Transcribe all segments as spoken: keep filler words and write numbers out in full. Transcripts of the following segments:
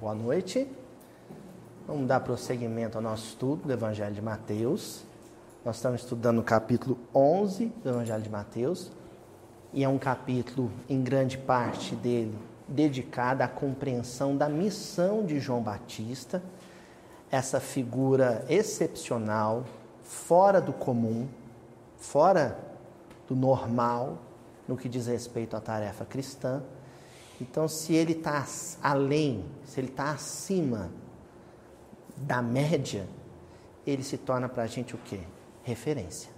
Boa noite. Vamos dar prosseguimento ao nosso estudo do Evangelho de Mateus. Nós estamos estudando o capítulo onze do Evangelho de Mateus, e é um capítulo, em grande parte dele, dedicado à compreensão da missão de João Batista, essa figura excepcional, fora do comum, fora do normal, no que diz respeito à tarefa cristã. Então, se ele está além, se ele está acima da média, ele se torna para a gente o quê? Referência.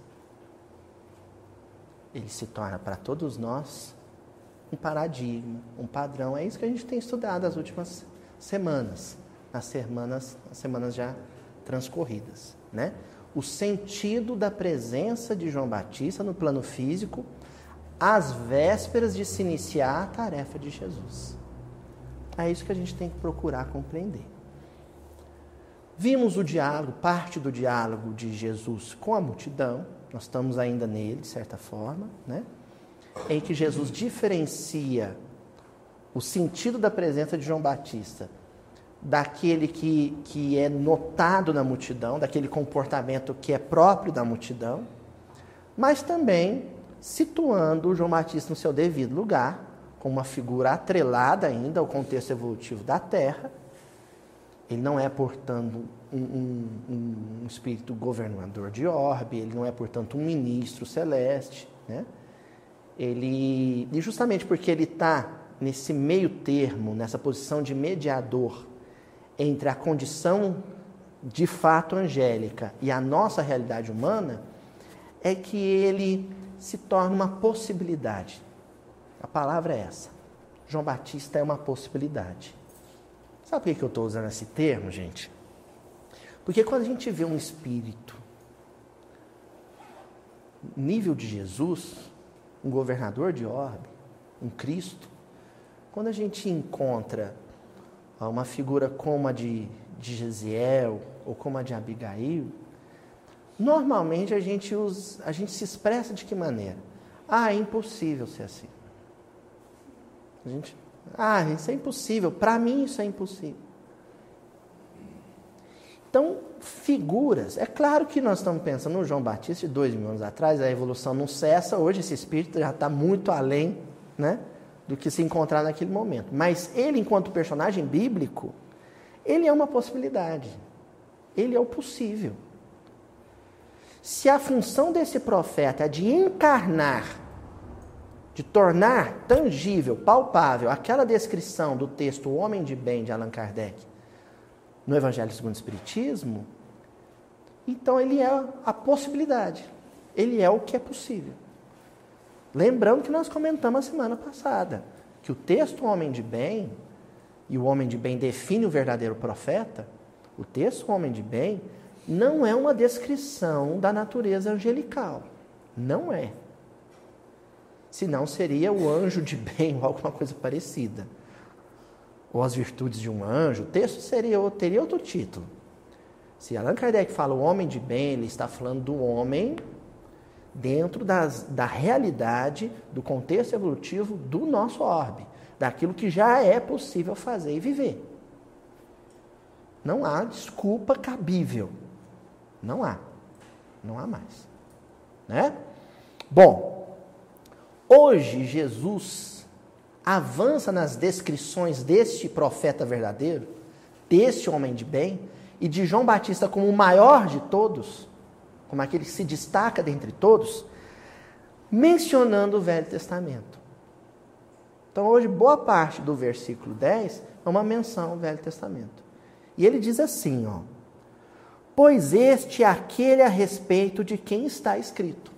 Ele se torna para todos nós um paradigma, um padrão. É isso que a gente tem estudado as últimas semanas, nas semanas, nas semanas já transcorridas, né? O sentido da presença de João Batista no plano físico, às vésperas de se iniciar a tarefa de Jesus. É isso que a gente tem que procurar compreender. Vimos o diálogo, parte do diálogo de Jesus com a multidão, nós estamos ainda nele, de certa forma, né? Em que Jesus diferencia o sentido da presença de João Batista daquele que, que é notado na multidão, daquele comportamento que é próprio da multidão, mas também situando o João Batista no seu devido lugar, como uma figura atrelada ainda ao contexto evolutivo da Terra. Ele não é, portanto, um, um, um espírito governador de orbe, ele não é, portanto, um ministro celeste, né? Ele, e justamente porque ele está nesse meio termo, nessa posição de mediador entre a condição de fato angélica e a nossa realidade humana, é que ele se torna uma possibilidade. A palavra é essa. João Batista é uma possibilidade. Sabe por que eu estou usando esse termo, gente? Porque quando a gente vê um espírito nível de Jesus, um governador de orbe, um Cristo, quando a gente encontra uma figura como a de, de Gesiel ou como a de Abigail, normalmente a gente, usa, a gente se expressa de que maneira? Ah, é impossível ser assim. A gente, ah, isso é impossível. Para mim isso é impossível. Então, figuras. É claro que nós estamos pensando no João Batista de dois mil anos atrás, a evolução não cessa. Hoje esse espírito já está muito além, né, do que se encontrar naquele momento. Mas ele, enquanto personagem bíblico, ele é uma possibilidade. Ele é o possível. Se a função desse profeta é de encarnar, de tornar tangível, palpável, aquela descrição do texto O Homem de Bem, de Allan Kardec, no Evangelho segundo o Espiritismo, então ele é a possibilidade, ele é o que é possível. Lembrando que nós comentamos a semana passada, que o texto O Homem de Bem, e o Homem de Bem define o verdadeiro profeta, o texto O Homem de Bem não é uma descrição da natureza angelical. Não é. Senão seria o anjo de bem ou alguma coisa parecida. Ou as virtudes de um anjo. O texto seria, teria outro título. Se Allan Kardec fala o homem de bem, ele está falando do homem dentro das, da realidade, do contexto evolutivo do nosso orbe. Daquilo que já é possível fazer e viver. Não há desculpa cabível. Não há. Não há mais. Né? Bom, hoje Jesus avança nas descrições deste profeta verdadeiro, deste homem de bem, e de João Batista como o maior de todos, como aquele que se destaca dentre todos, mencionando o Velho Testamento. Então hoje boa parte do versículo dez é uma menção ao Velho Testamento. E ele diz assim, ó: pois este é aquele a respeito de quem está escrito.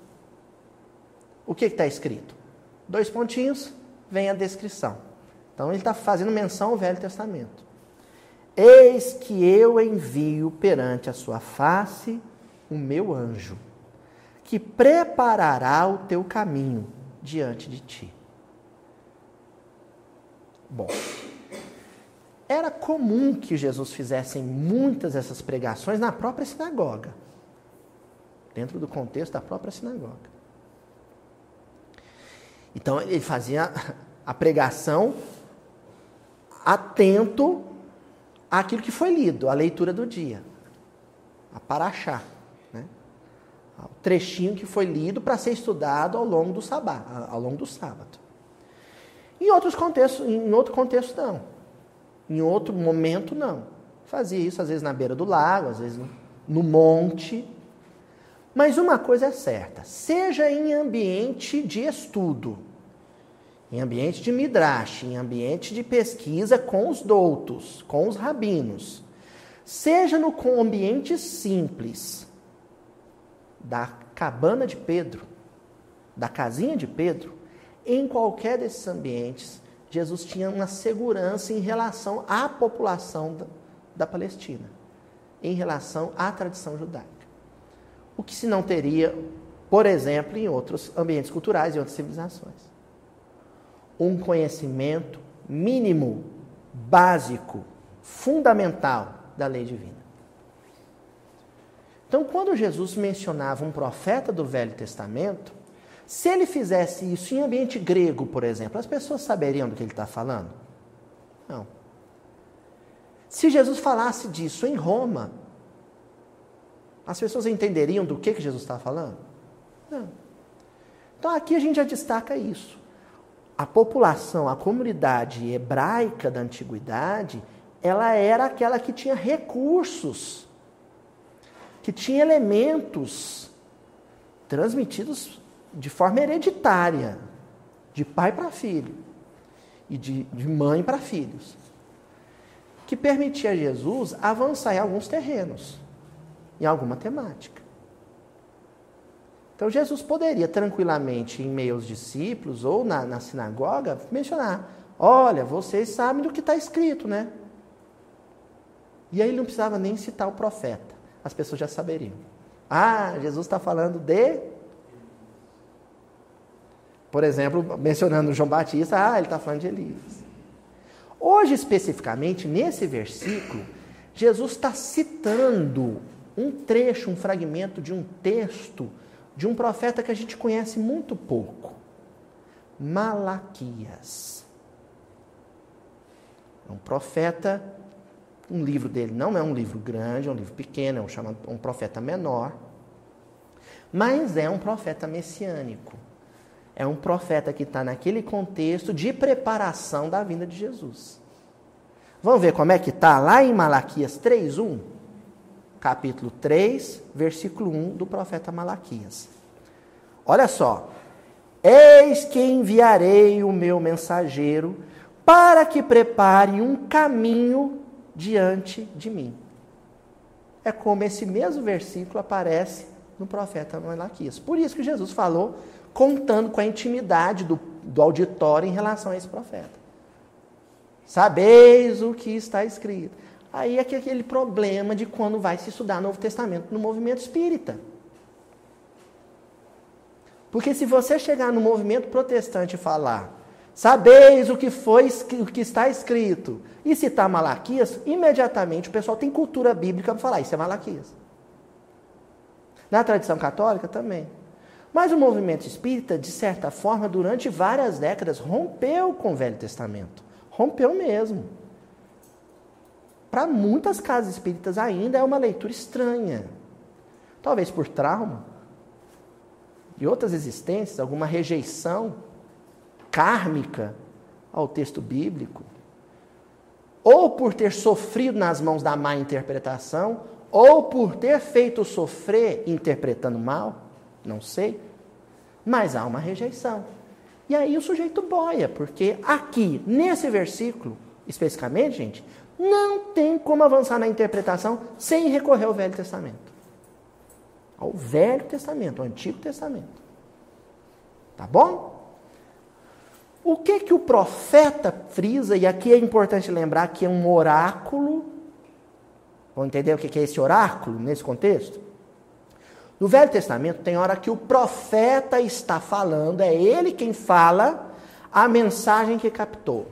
O que está escrito? Dois pontinhos, vem a descrição. Então ele está fazendo menção ao Velho Testamento. Eis que eu envio perante a sua face o meu anjo, que preparará o teu caminho diante de ti. Bom, era comum que Jesus fizesse muitas dessas pregações na própria sinagoga, dentro do contexto da própria sinagoga. Então ele fazia a pregação atento aquilo que foi lido, a leitura do dia, a paraxá, né? O trechinho que foi lido para ser estudado ao longo do sabá, ao longo do sábado. Em outros contextos, em outro contexto não. Em outro momento não. Fazia isso às vezes na beira do lago, às vezes no, no monte. Mas uma coisa é certa, seja em ambiente de estudo, em ambiente de midrash, em ambiente de pesquisa com os doutos, com os rabinos, seja no ambiente simples da cabana de Pedro, da casinha de Pedro, em qualquer desses ambientes, Jesus tinha uma segurança em relação à população da, da Palestina, em relação à tradição judaica. O que se não teria, por exemplo, em outros ambientes culturais e outras civilizações. Um conhecimento mínimo, básico, fundamental da lei divina. Então, quando Jesus mencionava um profeta do Velho Testamento, se ele fizesse isso em ambiente grego, por exemplo, as pessoas saberiam do que ele está falando? Não. Se Jesus falasse disso em Roma, as pessoas entenderiam do que, que Jesus está falando? Não. Então aqui a gente já destaca isso. A população, a comunidade hebraica da antiguidade, ela era aquela que tinha recursos, que tinha elementos transmitidos de forma hereditária, de pai para filho e de, de mãe para filhos, que permitia a Jesus avançar em alguns terrenos, em alguma temática. Então Jesus poderia tranquilamente, em meio aos discípulos ou na, na sinagoga, mencionar: olha, vocês sabem do que está escrito, né? E aí ele não precisava nem citar o profeta, as pessoas já saberiam. Ah, Jesus está falando de... Por exemplo, mencionando João Batista, ah, ele está falando de Elias. Hoje, especificamente, nesse versículo, Jesus está citando um trecho, um fragmento de um texto de um profeta que a gente conhece muito pouco. Malaquias. É um profeta, um livro dele não é um livro grande, é um livro pequeno, é um, chamado, um profeta menor, mas é um profeta messiânico. É um profeta que está naquele contexto de preparação da vinda de Jesus. Vamos ver como é que está lá em Malaquias três, um? Capítulo três, versículo um do profeta Malaquias. Olha só. Eis que enviarei o meu mensageiro para que prepare um caminho diante de mim. É como esse mesmo versículo aparece no profeta Malaquias. Por isso que Jesus falou, contando com a intimidade do, do auditório em relação a esse profeta. Sabeis o que está escrito. Aí é aquele problema de quando vai se estudar Novo Testamento no movimento espírita. Porque se você chegar no movimento protestante e falar, sabeis o que foi, o que está escrito, e citar Malaquias, imediatamente o pessoal tem cultura bíblica para falar, isso é Malaquias. Na tradição católica também. Mas o movimento espírita, de certa forma, durante várias décadas, rompeu com o Velho Testamento. Rompeu mesmo. Para muitas casas espíritas ainda é uma leitura estranha. Talvez por trauma de outras existências, alguma rejeição kármica ao texto bíblico, ou por ter sofrido nas mãos da má interpretação, ou por ter feito sofrer interpretando mal, não sei, mas há uma rejeição. E aí o sujeito boia, porque aqui, nesse versículo, especificamente, gente, não tem como avançar na interpretação sem recorrer ao Velho Testamento. Ao Velho Testamento, ao Antigo Testamento. Tá bom? O que que o profeta frisa, e aqui é importante lembrar que é um oráculo. Vão entender o que é esse oráculo nesse contexto? No Velho Testamento tem hora que o profeta está falando, é ele quem fala a mensagem que captou.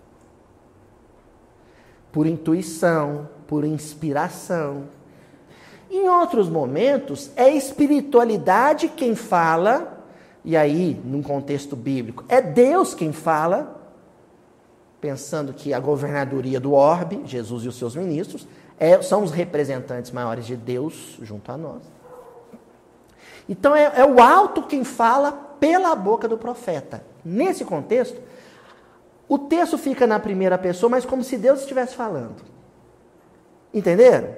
Por intuição, por inspiração. Em outros momentos, é a espiritualidade quem fala, e aí, num contexto bíblico, é Deus quem fala, pensando que a governadoria do orbe, Jesus e os seus ministros, é, são os representantes maiores de Deus junto a nós. Então é, é o alto quem fala pela boca do profeta. Nesse contexto, o texto fica na primeira pessoa, mas como se Deus estivesse falando. Entenderam?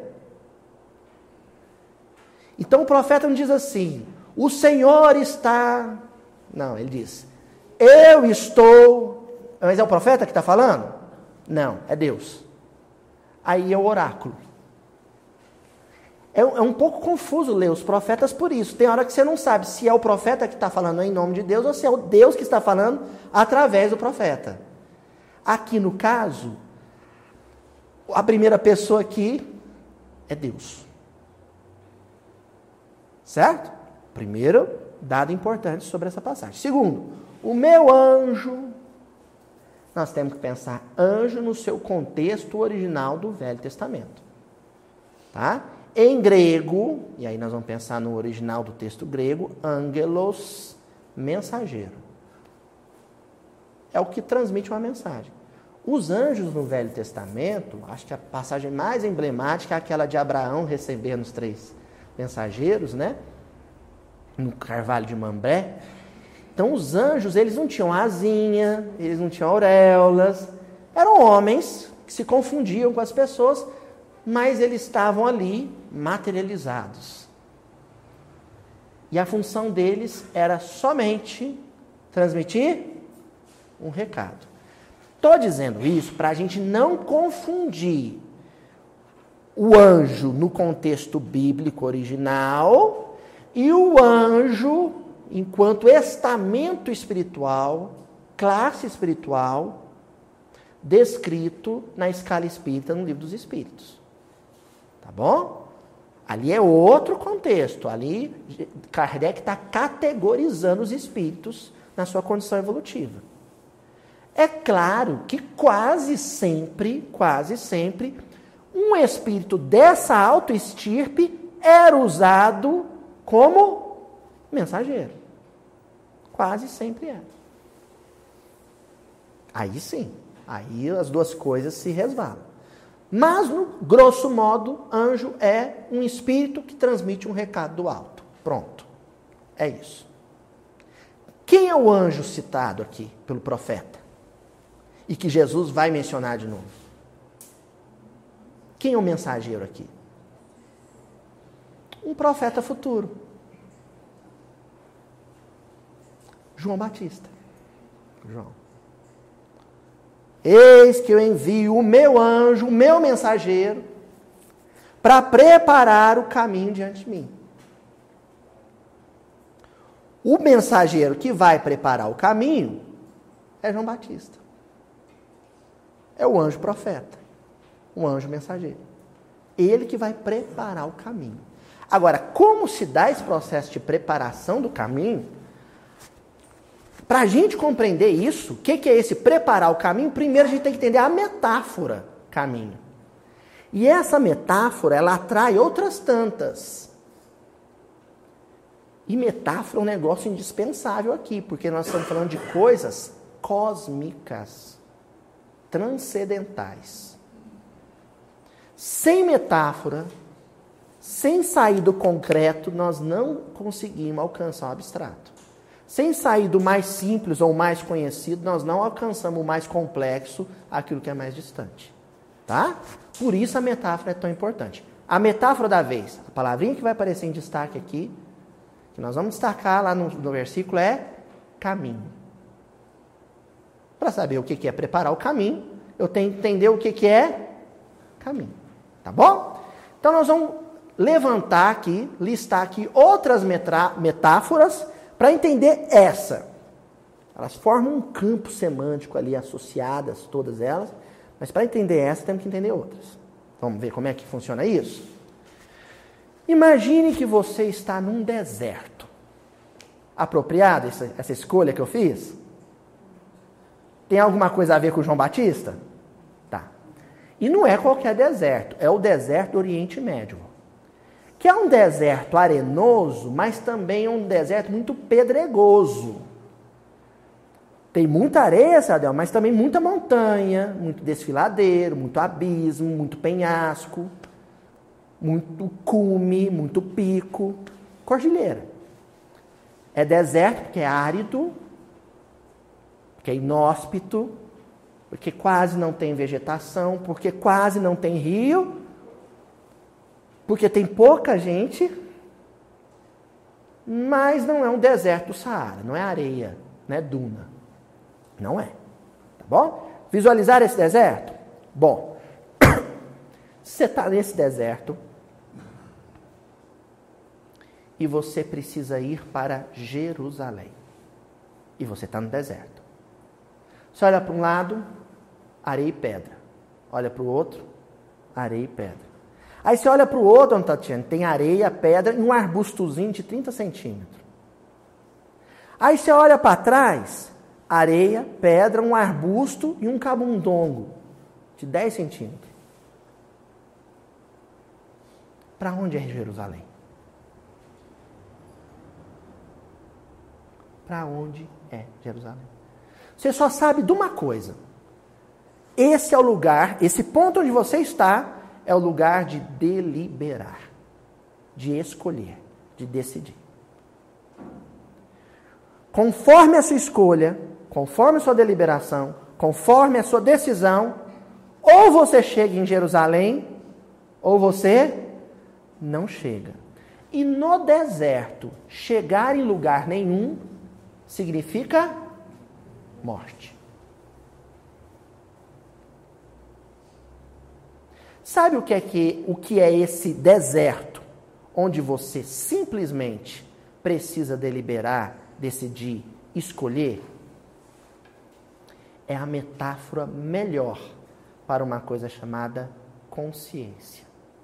Então o profeta não diz assim, o Senhor está... Não, ele diz, eu estou... Mas é o profeta que está falando? Não, é Deus. Aí é o oráculo. É, é um pouco confuso ler os profetas por isso. Tem hora que você não sabe se é o profeta que está falando em nome de Deus ou se é o Deus que está falando através do profeta. Aqui no caso, a primeira pessoa aqui é Deus. Certo? Primeiro, dado importante sobre essa passagem. Segundo, o meu anjo... Nós temos que pensar anjo no seu contexto original do Velho Testamento. Tá? Em grego, e aí nós vamos pensar no original do texto grego, angelos, mensageiro. É o que transmite uma mensagem. Os anjos no Velho Testamento, acho que a passagem mais emblemática é aquela de Abraão recebendo os três mensageiros, né? No carvalho de Mambré. Então os anjos, eles não tinham asinha, eles não tinham auréolas, eram homens que se confundiam com as pessoas, mas eles estavam ali materializados. E a função deles era somente transmitir um recado. Estou dizendo isso para a gente não confundir o anjo no contexto bíblico original e o anjo enquanto estamento espiritual, classe espiritual, descrito na escala espírita no Livro dos Espíritos. Tá bom? Ali é outro contexto. Ali Kardec está categorizando os espíritos na sua condição evolutiva. É claro que quase sempre, quase sempre, um espírito dessa autoestirpe era usado como mensageiro. Quase sempre é. Aí sim, aí as duas coisas se resvalam. Mas, no grosso modo, anjo é um espírito que transmite um recado do alto. Pronto. É isso. Quem é o anjo citado aqui pelo profeta? E que Jesus vai mencionar de novo? Quem é o mensageiro aqui? Um profeta futuro. João Batista. João. Eis que eu envio o meu anjo, o meu mensageiro, para preparar o caminho diante de mim. O mensageiro que vai preparar o caminho é João Batista. É o anjo profeta. O anjo mensageiro. Ele que vai preparar o caminho. Agora, como se dá esse processo de preparação do caminho? Para a gente compreender isso, o que, que é esse preparar o caminho? Primeiro a gente tem que entender a metáfora caminho. E essa metáfora, ela atrai outras tantas. E metáfora é um negócio indispensável aqui, porque nós estamos falando de coisas cósmicas, transcendentais. Sem metáfora, sem sair do concreto, nós não conseguimos alcançar o abstrato. Sem sair do mais simples ou mais conhecido, nós não alcançamos o mais complexo, aquilo que é mais distante. Tá? Por isso a metáfora é tão importante. A metáfora da vez, a palavrinha que vai aparecer em destaque aqui, que nós vamos destacar lá no, no versículo, é caminho. Para saber o que, que é preparar o caminho, eu tenho que entender o que, que é caminho. Tá bom? Então nós vamos levantar aqui, listar aqui outras metra, metáforas, para entender essa. Elas formam um campo semântico ali, associadas, todas elas, mas para entender essa, temos que entender outras. Vamos ver como é que funciona isso? Imagine que você está num deserto. Apropriado essa, essa escolha que eu fiz? Tem alguma coisa a ver com o João Batista? Tá. E não é qualquer deserto, é o deserto do Oriente Médio. Que é um deserto arenoso, mas também é um deserto muito pedregoso. Tem muita areia, Sadel, mas também muita montanha, muito desfiladeiro, muito abismo, muito penhasco, muito cume, muito pico, cordilheira. É deserto porque é árido, porque é inóspito, porque quase não tem vegetação, porque quase não tem rio, porque tem pouca gente, mas não é um deserto do Saara, não é areia, não é duna. Não é. Tá bom? Visualizar esse deserto? Bom, você está nesse deserto e você precisa ir para Jerusalém. E você está no deserto. Você olha para um lado, areia e pedra. Olha para o outro, areia e pedra. Aí você olha para o outro, Dona Tatiana, tem areia, pedra e um arbustozinho de trinta centímetros. Aí você olha para trás, areia, pedra, um arbusto e um camundongo de dez centímetros. Para onde é Jerusalém? Para onde é Jerusalém? Você só sabe de uma coisa. Esse é o lugar, esse ponto onde você está, é o lugar de deliberar, de escolher, de decidir. Conforme a sua escolha, conforme a sua deliberação, conforme a sua decisão, ou você chega em Jerusalém, ou você não chega. E no deserto, chegar em lugar nenhum significa morte. Sabe o que é, que, o que é esse deserto, onde você simplesmente precisa deliberar, decidir, escolher? É a metáfora melhor para uma coisa chamada consciência.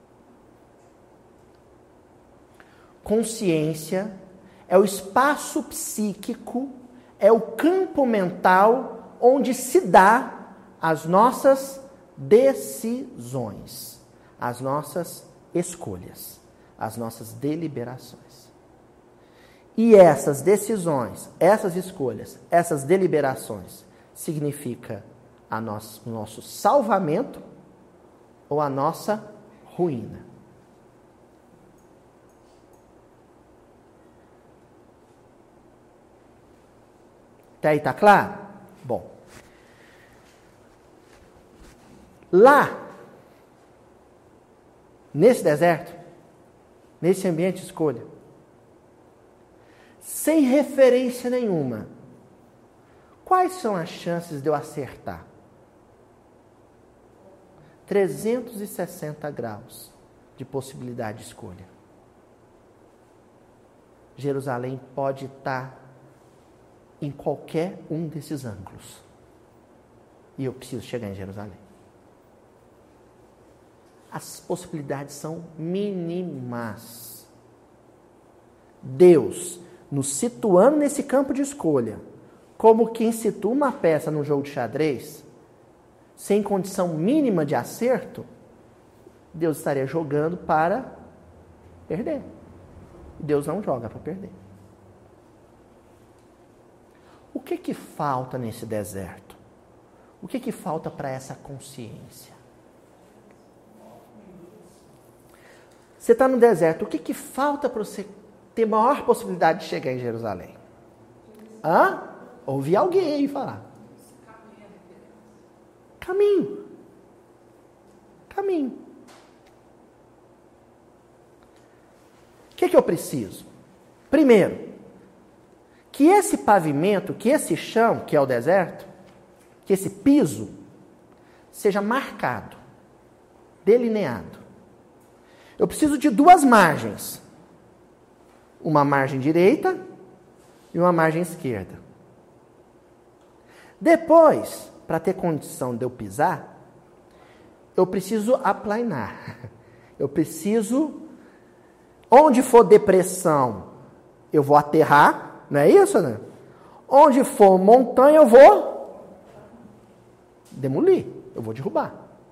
Consciência é o espaço psíquico, é o campo mental onde se dá as nossas decisões, as nossas escolhas, as nossas deliberações. E essas decisões, essas escolhas, essas deliberações, significa a nosso, o nosso salvamento ou a nossa ruína. Até aí, tá claro? Bom. Lá, nesse deserto, nesse ambiente de escolha, sem referência nenhuma, quais são as chances de eu acertar? trezentos e sessenta graus de possibilidade de escolha. Jerusalém pode estar em qualquer um desses ângulos. E eu preciso chegar em Jerusalém. As possibilidades são mínimas. Deus, nos situando nesse campo de escolha, como quem situa uma peça no jogo de xadrez, sem condição mínima de acerto, Deus estaria jogando para perder. Deus não joga para perder. O que que falta nesse deserto? O que que falta para essa consciência? Você está no deserto, o que que falta para você ter maior possibilidade de chegar em Jerusalém? Hã? Ouvi alguém aí falar. Caminho. Caminho. O que que eu preciso? Primeiro, que esse pavimento, que esse chão, que é o deserto, que esse piso, seja marcado, delineado. Eu preciso de duas margens. Uma margem direita e uma margem esquerda. Depois, para ter condição de eu pisar, eu preciso aplainar. Eu preciso, onde for depressão, eu vou aterrar, não é isso, né? Onde for montanha, eu vou demolir, eu vou derrubar.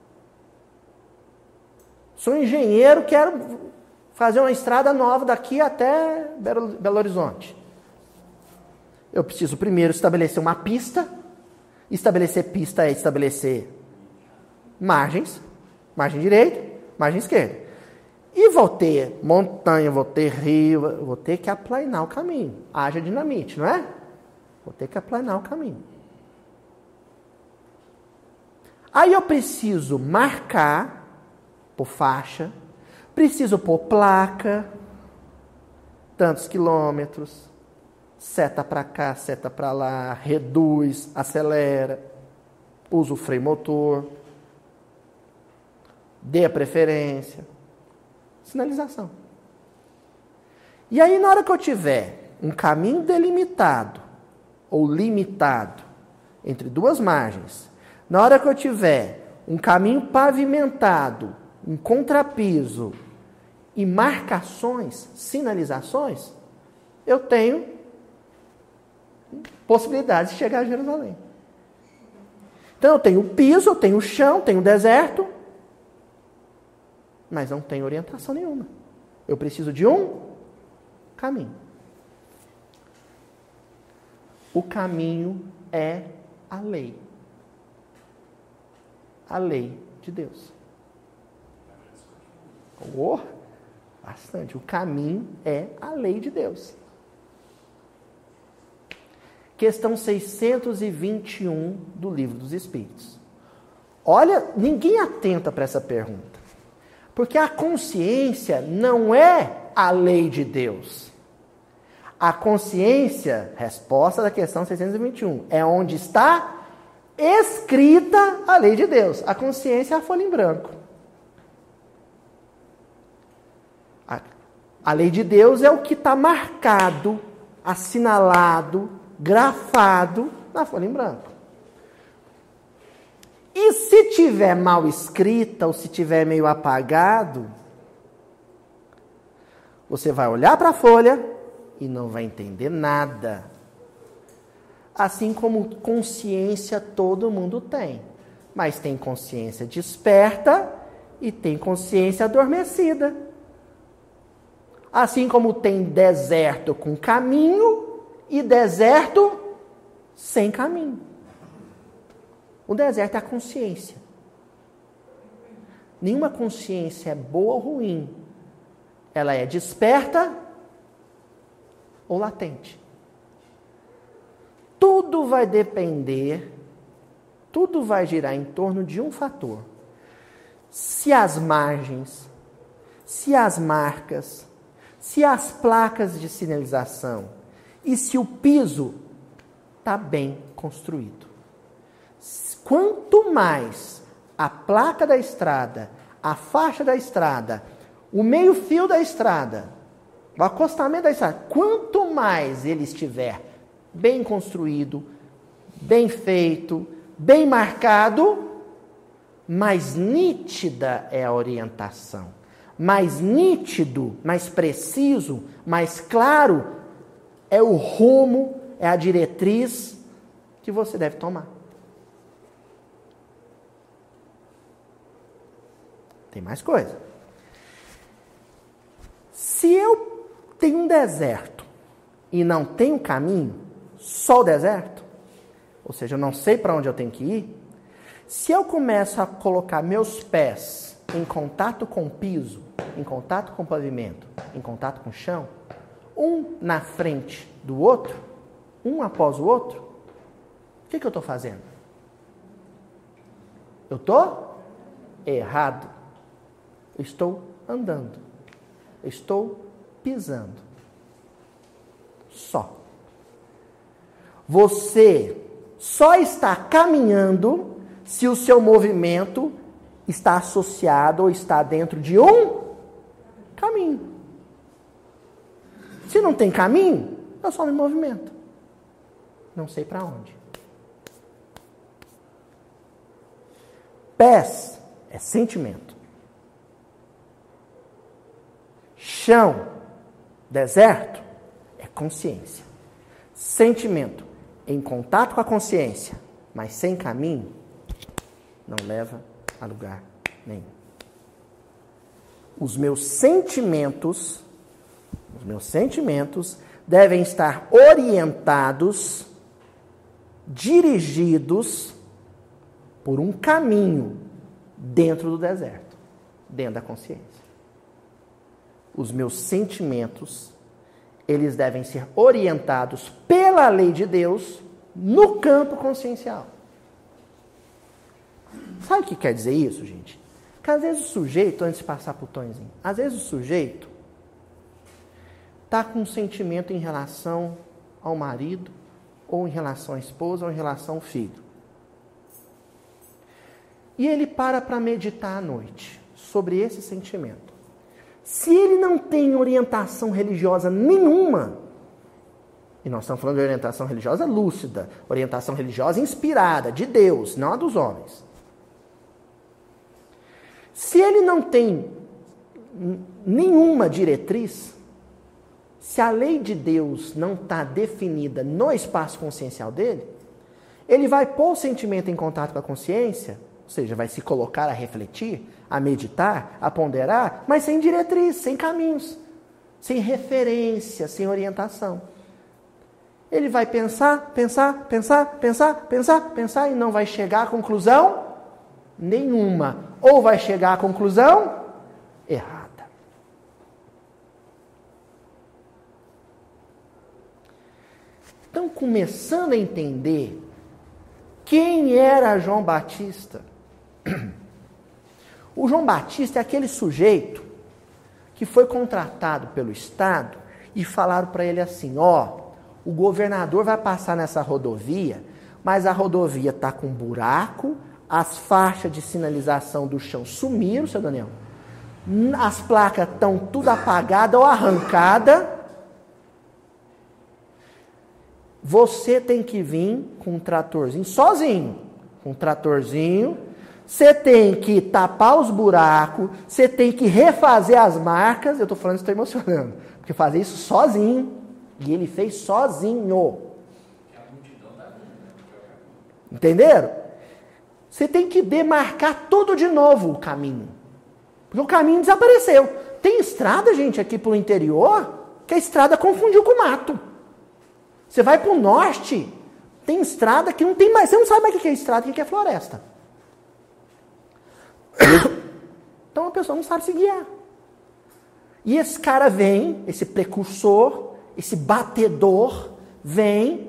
Sou engenheiro, quero fazer uma estrada nova daqui até Belo, Belo Horizonte. Eu preciso primeiro estabelecer uma pista. Estabelecer pista é estabelecer margens, margem direita, margem esquerda. E vou ter montanha, vou ter rio, vou ter que aplanar o caminho. Haja dinamite, não é? Vou ter que aplanar o caminho. Aí eu preciso marcar por faixa, preciso pôr placa, tantos quilômetros, seta para cá, seta para lá, reduz, acelera, usa o freio motor, dê a preferência, sinalização. E aí, na hora que eu tiver um caminho delimitado ou limitado entre duas margens, na hora que eu tiver um caminho pavimentado, um contrapiso e marcações, sinalizações, eu tenho possibilidade de chegar a Jerusalém. Então eu tenho o piso, eu tenho o chão, tenho o deserto, mas não tenho orientação nenhuma. Eu preciso de um caminho. O caminho é a lei. A lei de Deus. Oh, bastante. O caminho é a lei de Deus. Questão seiscentos e vinte e um do Livro dos Espíritos. Olha, ninguém atenta para essa pergunta. Porque a consciência não é a lei de Deus. A consciência, resposta da questão seiscentos e vinte e um, é onde está escrita a lei de Deus. A consciência é a folha em branco. A, a lei de Deus é o que está marcado, assinalado, grafado na folha em branco. E se tiver mal escrita ou se tiver meio apagado, você vai olhar para a folha e não vai entender nada. Assim como consciência todo mundo tem. Mas tem consciência desperta e tem consciência adormecida. Assim como tem deserto com caminho e deserto sem caminho. O deserto é a consciência. Nenhuma consciência é boa ou ruim. Ela é desperta ou latente. Tudo vai depender, tudo vai girar em torno de um fator. Se as margens, se as marcas, se as placas de sinalização e se o piso está bem construído. Quanto mais a placa da estrada, a faixa da estrada, o meio-fio da estrada, o acostamento da estrada, quanto mais ele estiver bem construído, bem feito, bem marcado, mais nítida é a orientação. Mais nítido, mais preciso, mais claro é o rumo, é a diretriz que você deve tomar. Tem mais coisa. Se eu tenho um deserto e não tenho caminho, só o deserto, ou seja, eu não sei para onde eu tenho que ir, se eu começo a colocar meus pés em contato com o piso, em contato com o pavimento, em contato com o chão, um na frente do outro, um após o outro, o que, que eu estou fazendo? Eu estou errado. Eu estou andando. Eu estou pisando. Só. Você só está caminhando se o seu movimento está associado ou está dentro de um caminho. Se não tem caminho, eu só me movimento. Não sei para onde. Pés é sentimento. Chão, deserto, é consciência. Sentimento em contato com a consciência, mas sem caminho, não leva a lugar nenhum. Os meus sentimentos, os meus sentimentos devem estar orientados, dirigidos por um caminho dentro do deserto, dentro da consciência. Os meus sentimentos, eles devem ser orientados pela lei de Deus no campo consciencial. Sabe o que quer dizer isso, gente? Que às vezes o sujeito, antes de passar para o Tonzinho, às vezes o sujeito está com um sentimento em relação ao marido, ou em relação à esposa, ou em relação ao filho. E ele para para meditar à noite sobre esse sentimento. Se ele não tem orientação religiosa nenhuma, e nós estamos falando de orientação religiosa lúcida, orientação religiosa inspirada, de Deus, não a dos homens. Se ele não tem nenhuma diretriz, se a lei de Deus não está definida no espaço consciencial dele, ele vai pôr o sentimento em contato com a consciência, ou seja, vai se colocar a refletir, a meditar, a ponderar, mas sem diretriz, sem caminhos, sem referência, sem orientação. Ele vai pensar, pensar, pensar, pensar, pensar, pensar e não vai chegar a conclusão nenhuma. Ou vai chegar à conclusão errada. Então, começando a entender quem era João Batista. O João Batista é aquele sujeito que foi contratado pelo Estado e falaram para ele assim, ó, o governador vai passar nessa rodovia, mas a rodovia está com buraco, as faixas de sinalização do chão sumiram, seu Daniel. As placas estão tudo apagadas ou arrancadas. Você tem que vir com um tratorzinho, sozinho, com um tratorzinho. Você tem que tapar os buracos, você tem que refazer as marcas. Eu estou falando isso, estou emocionando, porque fazer isso sozinho. E ele fez sozinho. Entenderam? Você tem que demarcar tudo de novo o caminho. Porque o caminho desapareceu. Tem estrada, gente, aqui pro interior, que a estrada confundiu com o mato. Você vai pro norte, tem estrada que não tem mais. Você não sabe mais o que é estrada e o que é floresta. Então a pessoa não sabe se guiar. E esse cara vem, esse precursor, esse batedor, vem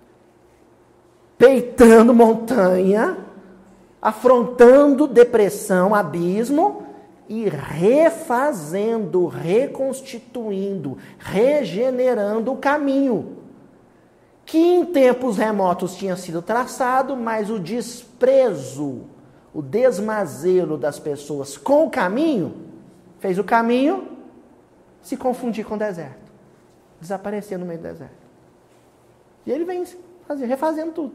peitando montanha, afrontando depressão, abismo, e refazendo, reconstituindo, regenerando o caminho, que em tempos remotos tinha sido traçado, mas o desprezo, o desmazelo das pessoas com o caminho, fez o caminho se confundir com o deserto, desaparecer no meio do deserto. E ele vem fazer, refazendo tudo.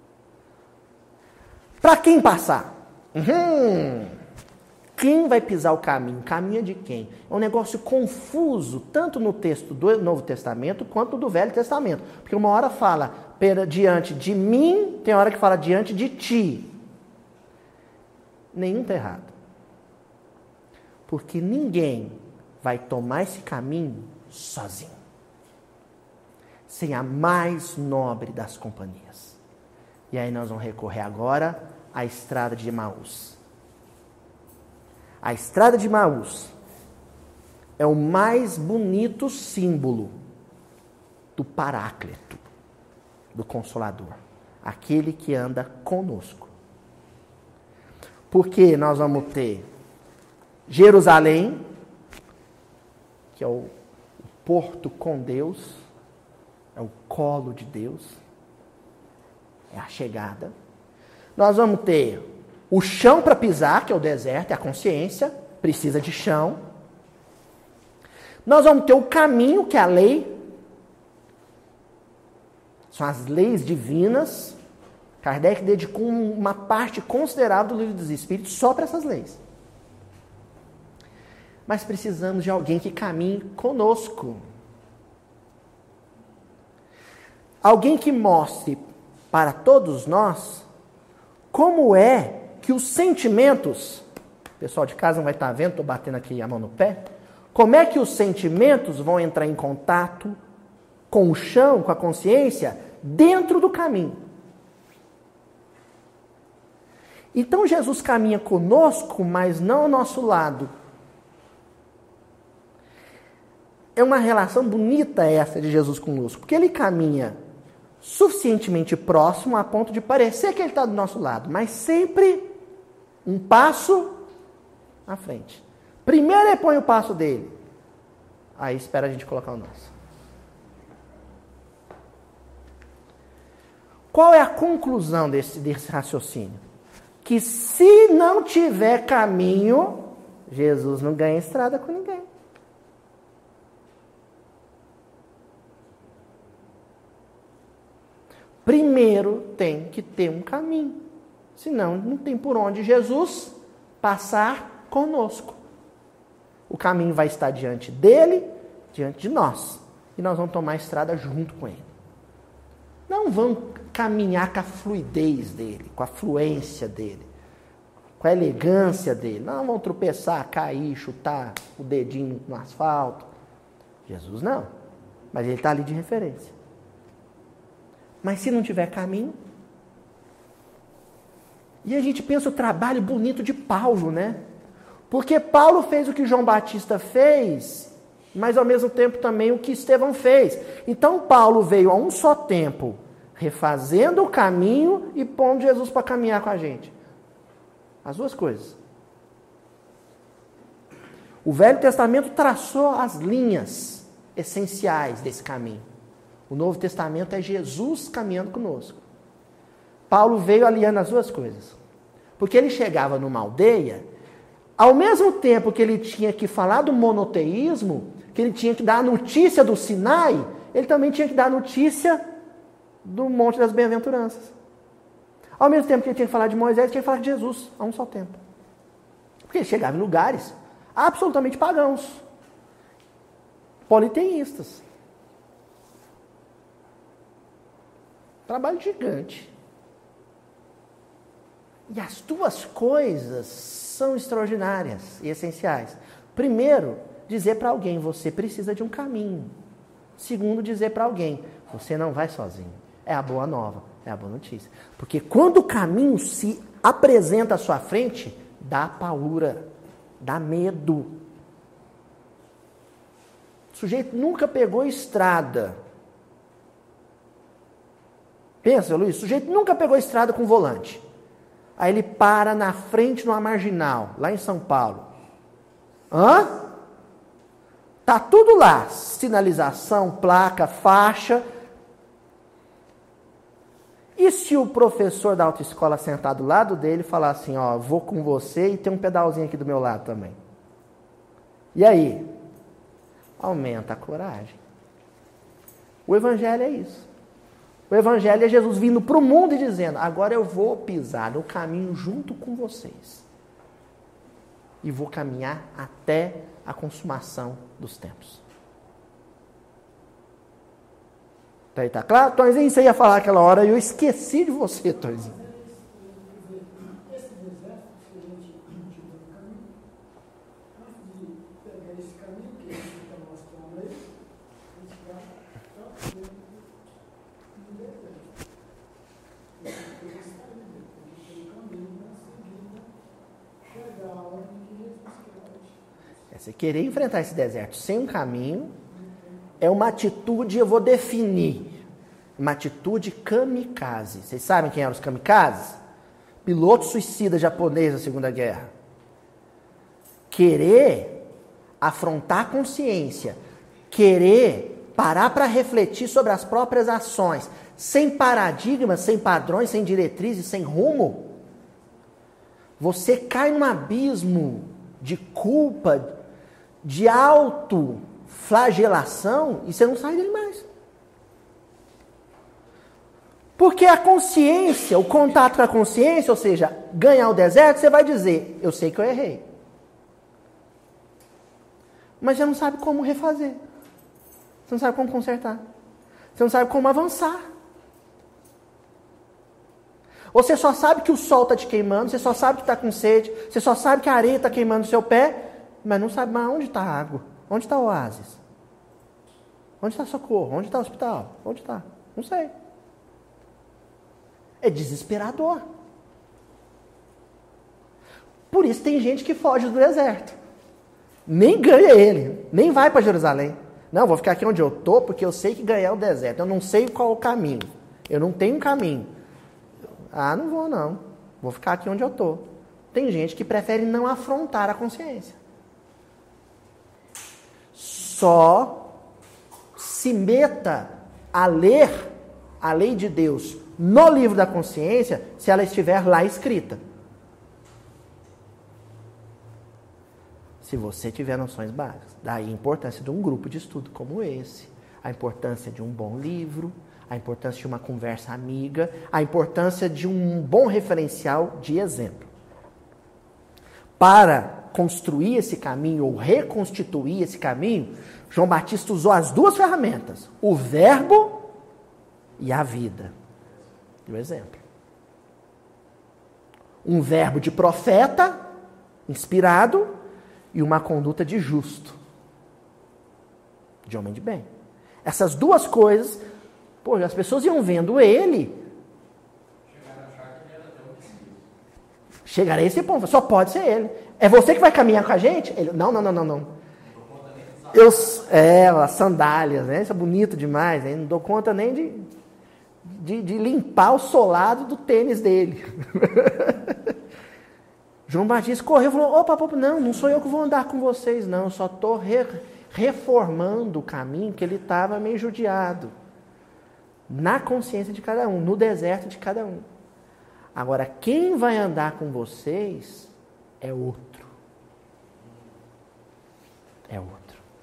Para quem passar? Uhum. Quem vai pisar o caminho? Caminho de quem? É um negócio confuso, tanto no texto do Novo Testamento, quanto do Velho Testamento. Porque uma hora fala diante de mim, tem hora que fala diante de ti. Nenhum está errado. Porque ninguém vai tomar esse caminho sozinho. Sem a mais nobre das companhias. E aí nós vamos recorrer agora à estrada de Emaús. A estrada de Emaús é o mais bonito símbolo do Paráclito, do Consolador, aquele que anda conosco. Porque nós vamos ter Jerusalém, que é o porto com Deus, é o colo de Deus, é a chegada. Nós vamos ter o chão para pisar, que é o deserto, é a consciência, precisa de chão. Nós vamos ter o caminho, que é a lei. São as leis divinas. Kardec dedicou uma parte considerável do Livro dos Espíritos só para essas leis. Mas precisamos de alguém que caminhe conosco. Alguém que mostre para todos nós como é que os sentimentos, o pessoal de casa não vai estar vendo, estou batendo aqui a mão no pé, como é que os sentimentos vão entrar em contato com o chão, com a consciência, dentro do caminho. Então Jesus caminha conosco, mas não ao nosso lado. É uma relação bonita essa de Jesus conosco, porque ele caminha suficientemente próximo a ponto de parecer que ele está do nosso lado, mas sempre um passo à frente. Primeiro ele põe o passo dele, aí espera a gente colocar o nosso. Qual é a conclusão desse, desse raciocínio? Que se não tiver caminho, Jesus não ganha estrada com ninguém. Primeiro tem que ter um caminho. Senão não tem por onde Jesus passar conosco. O caminho vai estar diante dele, diante de nós. E nós vamos tomar a estrada junto com ele. Não vamos caminhar com a fluidez dele, com a fluência dele, com a elegância dele. Não vamos tropeçar, cair, chutar o dedinho no asfalto. Jesus não. Mas ele está ali de referência. Mas se não tiver caminho... E a gente pensa o trabalho bonito de Paulo, né? Porque Paulo fez o que João Batista fez, mas ao mesmo tempo também o que Estevão fez. Então Paulo veio a um só tempo, refazendo o caminho e pondo Jesus para caminhar com a gente. As duas coisas. O Velho Testamento traçou as linhas essenciais desse caminho. O Novo Testamento é Jesus caminhando conosco. Paulo veio aliando as duas coisas. Porque ele chegava numa aldeia, ao mesmo tempo que ele tinha que falar do monoteísmo, que ele tinha que dar a notícia do Sinai, ele também tinha que dar a notícia do Monte das Bem-aventuranças. Ao mesmo tempo que ele tinha que falar de Moisés, ele tinha que falar de Jesus, a um só tempo. Porque ele chegava em lugares absolutamente pagãos, politeístas. Trabalho gigante. E as duas coisas são extraordinárias e essenciais. Primeiro, dizer para alguém, você precisa de um caminho. Segundo, dizer para alguém, você não vai sozinho. É a boa nova, é a boa notícia. Porque quando o caminho se apresenta à sua frente, dá paura, dá medo. O sujeito nunca pegou estrada. Pensa, Luiz, o sujeito nunca pegou estrada com volante. Aí ele para na frente numa marginal, lá em São Paulo. Hã? Tá tudo lá, sinalização, placa, faixa. E se o professor da autoescola sentar do lado dele falar assim, ó, vou com você e tem um pedalzinho aqui do meu lado também. E aí? Aumenta a coragem. O evangelho é isso. O evangelho é Jesus vindo para o mundo e dizendo, agora eu vou pisar no caminho junto com vocês. E vou caminhar até a consumação dos tempos. Tá aí, tá claro? Tonzinho, você ia falar aquela hora e eu esqueci de você, Tonzinho. Você querer enfrentar esse deserto sem um caminho é uma atitude, eu vou definir, uma atitude kamikaze. Vocês sabem quem eram os kamikazes? Piloto suicida japonês da Segunda Guerra. Querer afrontar a consciência, querer parar para refletir sobre as próprias ações, sem paradigmas, sem padrões, sem diretrizes, sem rumo, você cai num abismo de culpa, de autoflagelação, e você não sai dele mais. Porque a consciência, o contato com a consciência, ou seja, ganhar o deserto, você vai dizer, eu sei que eu errei. Mas você não sabe como refazer. Você não sabe como consertar. Você não sabe como avançar. Você só sabe que o sol está te queimando, você só sabe que está com sede, você só sabe que a areia está queimando o seu pé, mas não sabe mais onde está a água, onde está o oásis. Onde está socorro? Onde está o hospital? Onde está? Não sei. É desesperador. Por isso tem gente que foge do deserto. Nem ganha ele, nem vai para Jerusalém. Não, vou ficar aqui onde eu estou, porque eu sei que ganhar é o deserto. Eu não sei qual é o caminho. Eu não tenho caminho. Ah, não vou não. Vou ficar aqui onde eu estou. Tem gente que prefere não afrontar a consciência. Só se meta a ler a lei de Deus no livro da consciência se ela estiver lá escrita. Se você tiver noções básicas. Daí a importância de um grupo de estudo como esse, a importância de um bom livro, a importância de uma conversa amiga, a importância de um bom referencial de exemplo. Para construir esse caminho ou reconstituir esse caminho, João Batista usou as duas ferramentas, o verbo e a vida. E o exemplo. Um verbo de profeta, inspirado, e uma conduta de justo, de homem de bem. Essas duas coisas, pô, as pessoas iam vendo ele. Chegar a esse ponto, só pode ser ele. É você que vai caminhar com a gente? Ele, não, não, não, não, não. Eu, é, as sandálias, né? Isso é bonito demais, hein? Não dou conta nem de, de, de limpar o solado do tênis dele. João Batista correu e falou, opa, opa, não, não sou eu que vou andar com vocês, não, eu só estou re, reformando o caminho que ele estava meio judiado. Na consciência de cada um, no deserto de cada um. Agora, quem vai andar com vocês é outro. É outro.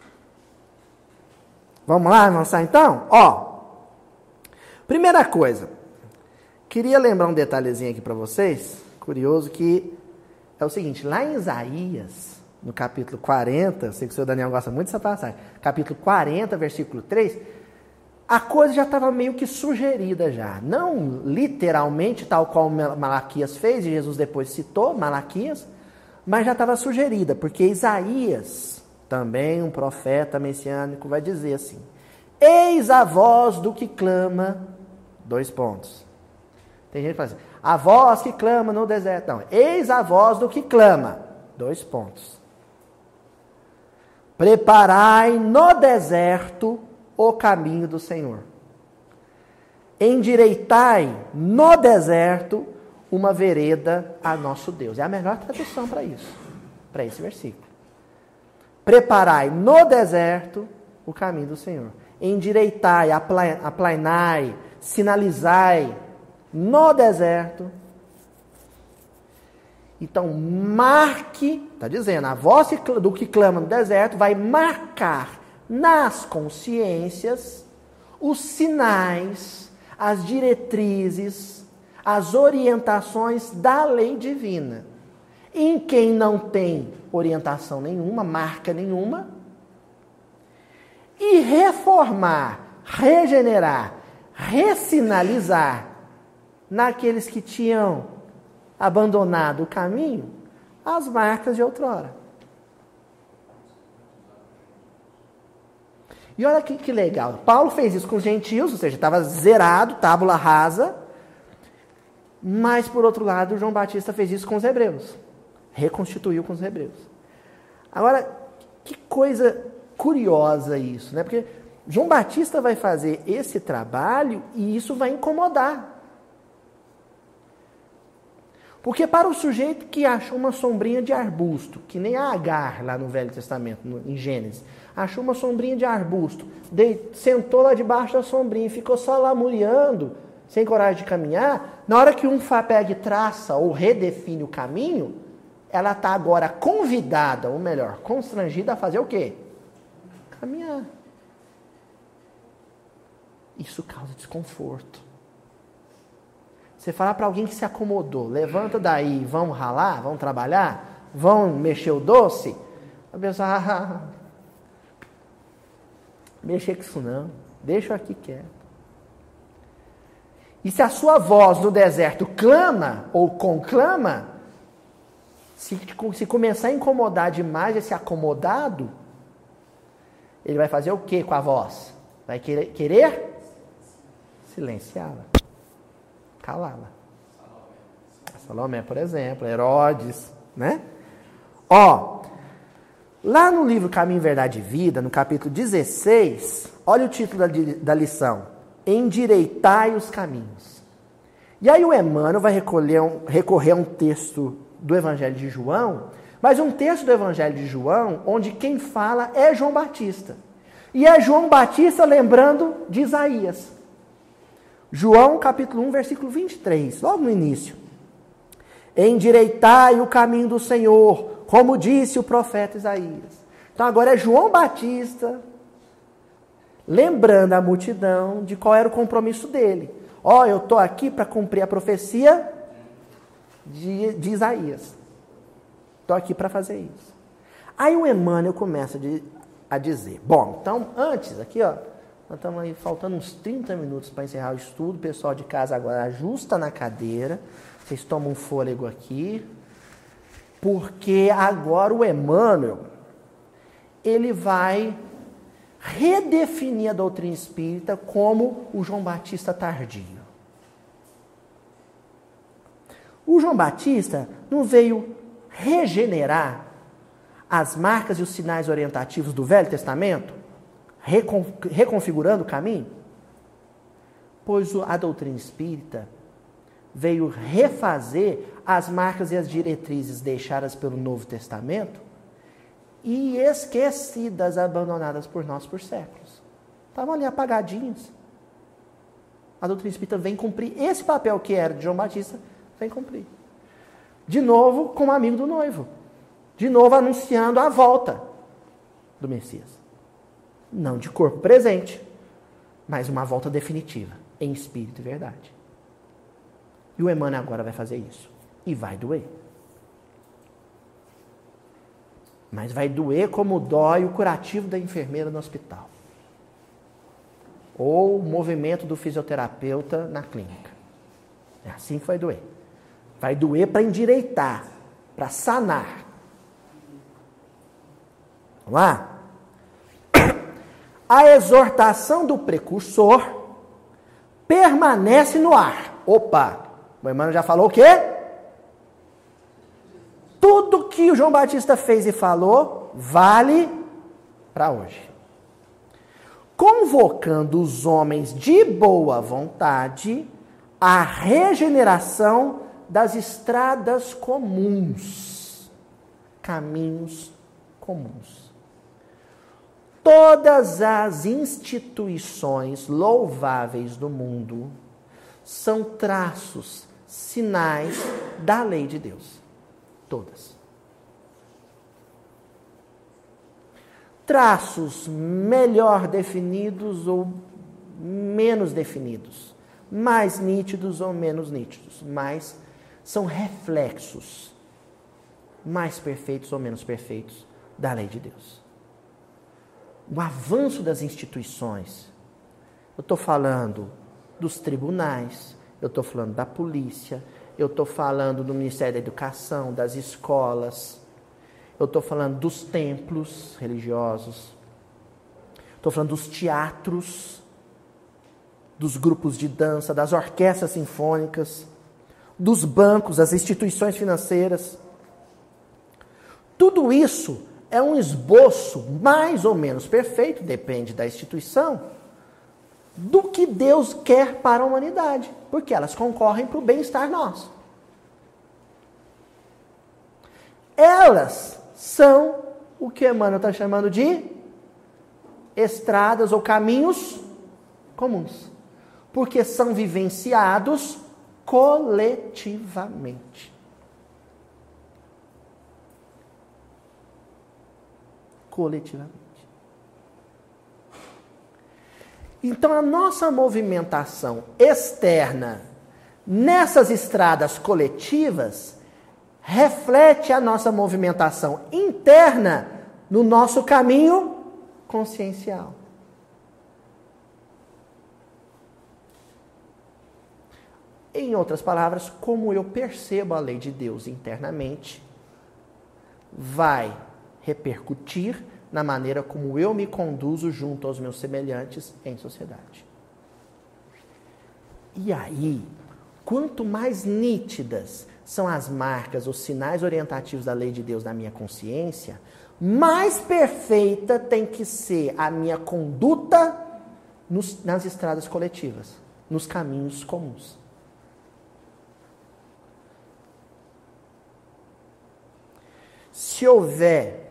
Vamos lá avançar então? Ó, primeira coisa, queria lembrar um detalhezinho aqui para vocês, curioso, que é o seguinte, lá em Isaías, no capítulo quarenta, sei que o senhor Daniel gosta muito dessa passagem, capítulo quarenta, versículo três, a coisa já estava meio que sugerida já. Não literalmente, tal qual Malaquias fez, e Jesus depois citou Malaquias, mas já estava sugerida, porque Isaías, também um profeta messiânico, vai dizer assim, eis a voz do que clama, dois pontos. Tem gente que fala assim, a voz que clama no deserto. Não, eis a voz do que clama. Dois pontos. Preparai no deserto o caminho do Senhor. Endireitai no deserto uma vereda a nosso Deus. É a melhor tradução para isso, para esse versículo. Preparai no deserto o caminho do Senhor. Endireitai, aplainai, sinalizai no deserto. Então, marque, está dizendo, a voz do que clama no deserto vai marcar nas consciências os sinais, as diretrizes, as orientações da lei divina. Em quem não tem orientação nenhuma, marca nenhuma, e reformar, regenerar, ressinalizar naqueles que tinham abandonado o caminho, as marcas de outrora. E olha que, que legal, Paulo fez isso com os gentios, ou seja, estava zerado, tábula rasa, mas por outro lado, João Batista fez isso com os hebreus, reconstituiu com os hebreus. Agora, que coisa curiosa isso, né? Porque João Batista vai fazer esse trabalho e isso vai incomodar. Porque para o sujeito que achou uma sombrinha de arbusto, que nem a Agar lá no Velho Testamento, no, em Gênesis, achou uma sombrinha de arbusto, de, sentou lá debaixo da sombrinha e ficou só lamuriando, sem coragem de caminhar, na hora que um pega e traça ou redefine o caminho, ela está agora convidada, ou melhor, constrangida a fazer o quê? Caminhar. Isso causa desconforto. Você falar para alguém que se acomodou, levanta daí, vamos ralar, vamos trabalhar, vão mexer o doce, a pessoa, ah, mexer com isso não, deixa eu aqui quieto. E se a sua voz no deserto clama ou conclama, se, se começar a incomodar demais esse acomodado, ele vai fazer o que com a voz? Vai querer, querer silenciá-la, calá-la. Salomé, por exemplo, Herodes, né? Ó, lá no livro Caminho, Verdade e Vida, no capítulo dezesseis, olha o título da, da lição: Endireitai os caminhos. E aí o Emmanuel vai recolher um, recorrer a um texto do Evangelho de João, mas um texto do Evangelho de João onde quem fala é João Batista. E é João Batista lembrando de Isaías. João capítulo um, versículo vinte e três, logo no início. Endireitai o caminho do Senhor, como disse o profeta Isaías. Então agora é João Batista lembrando a multidão de qual era o compromisso dele. Ó, oh, eu estou aqui para cumprir a profecia de, de Isaías. Estou aqui para fazer isso. Aí o Emmanuel começa de, a dizer, bom, então antes aqui, ó, nós estamos aí faltando uns trinta minutos para encerrar o estudo. O pessoal de casa agora ajusta na cadeira. Vocês tomam um fôlego aqui. Porque agora o Emmanuel, ele vai redefinir a doutrina espírita como o João Batista tardio. O João Batista não veio regenerar as marcas e os sinais orientativos do Velho Testamento, reconfigurando o caminho? Pois a doutrina espírita veio refazer as marcas e as diretrizes deixadas pelo Novo Testamento e esquecidas, abandonadas por nós por séculos. Estavam ali apagadinhas. A doutrina espírita vem cumprir esse papel que era de João Batista, vem cumprir. De novo, como amigo do noivo. De novo, anunciando a volta do Messias. Não de corpo presente, mas uma volta definitiva, em espírito e verdade. E o Emmanuel agora vai fazer isso. E vai doer. Mas vai doer como dói o curativo da enfermeira no hospital. Ou o movimento do fisioterapeuta na clínica. É assim que vai doer. Vai doer para endireitar, para sanar. Vamos lá? A exortação do precursor permanece no ar. Opa! O Emmanuel já falou o quê? Tudo que o João Batista fez e falou vale para hoje. Convocando os homens de boa vontade à regeneração das estradas comuns, caminhos comuns. Todas as instituições louváveis do mundo são traços, sinais da lei de Deus. Todas. Traços melhor definidos ou menos definidos, mais nítidos ou menos nítidos, mas são reflexos mais perfeitos ou menos perfeitos da lei de Deus. O avanço das instituições, eu estou falando dos tribunais, eu estou falando da polícia, eu estou falando do Ministério da Educação, das escolas, eu estou falando dos templos religiosos, estou falando dos teatros, dos grupos de dança, das orquestras sinfônicas, dos bancos, das instituições financeiras. Tudo isso é um esboço mais ou menos perfeito, depende da instituição, do que Deus quer para a humanidade, porque elas concorrem para o bem-estar nosso. Elas são o que Emmanuel está chamando de estradas ou caminhos comuns, porque são vivenciados coletivamente. Coletivamente. Então, a nossa movimentação externa nessas estradas coletivas reflete a nossa movimentação interna no nosso caminho consciencial. Em outras palavras, como eu percebo a lei de Deus internamente, vai repercutir na maneira como eu me conduzo junto aos meus semelhantes em sociedade. E aí, quanto mais nítidas são as marcas, os sinais orientativos da lei de Deus na minha consciência, mais perfeita tem que ser a minha conduta nos, nas estradas coletivas, nos caminhos comuns. Se houver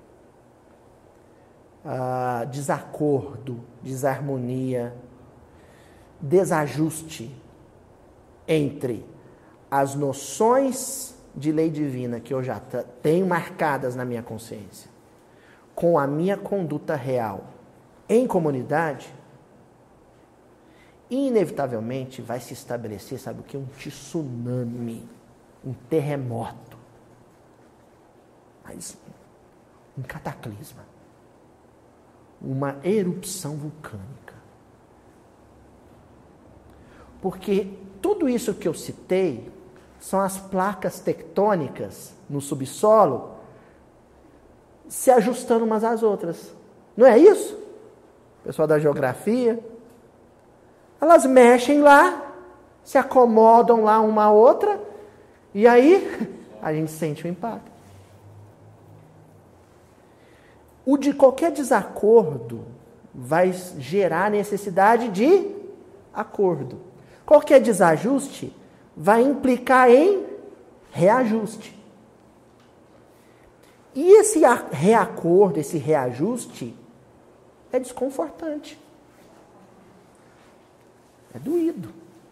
ah, desacordo, desarmonia, desajuste entre as noções de lei divina que eu já tenho marcadas na minha consciência com a minha conduta real em comunidade, inevitavelmente vai se estabelecer, sabe o que? Um tsunami, um terremoto, mas um cataclisma, uma erupção vulcânica. Porque tudo isso que eu citei são as placas tectônicas no subsolo se ajustando umas às outras. Não é isso? O pessoal da geografia, elas mexem lá, se acomodam lá uma à outra, e aí a gente sente o impacto. O de qualquer desacordo vai gerar necessidade de acordo. Qualquer desajuste vai implicar em reajuste. E esse reacordo, esse reajuste, é desconfortante. É doído.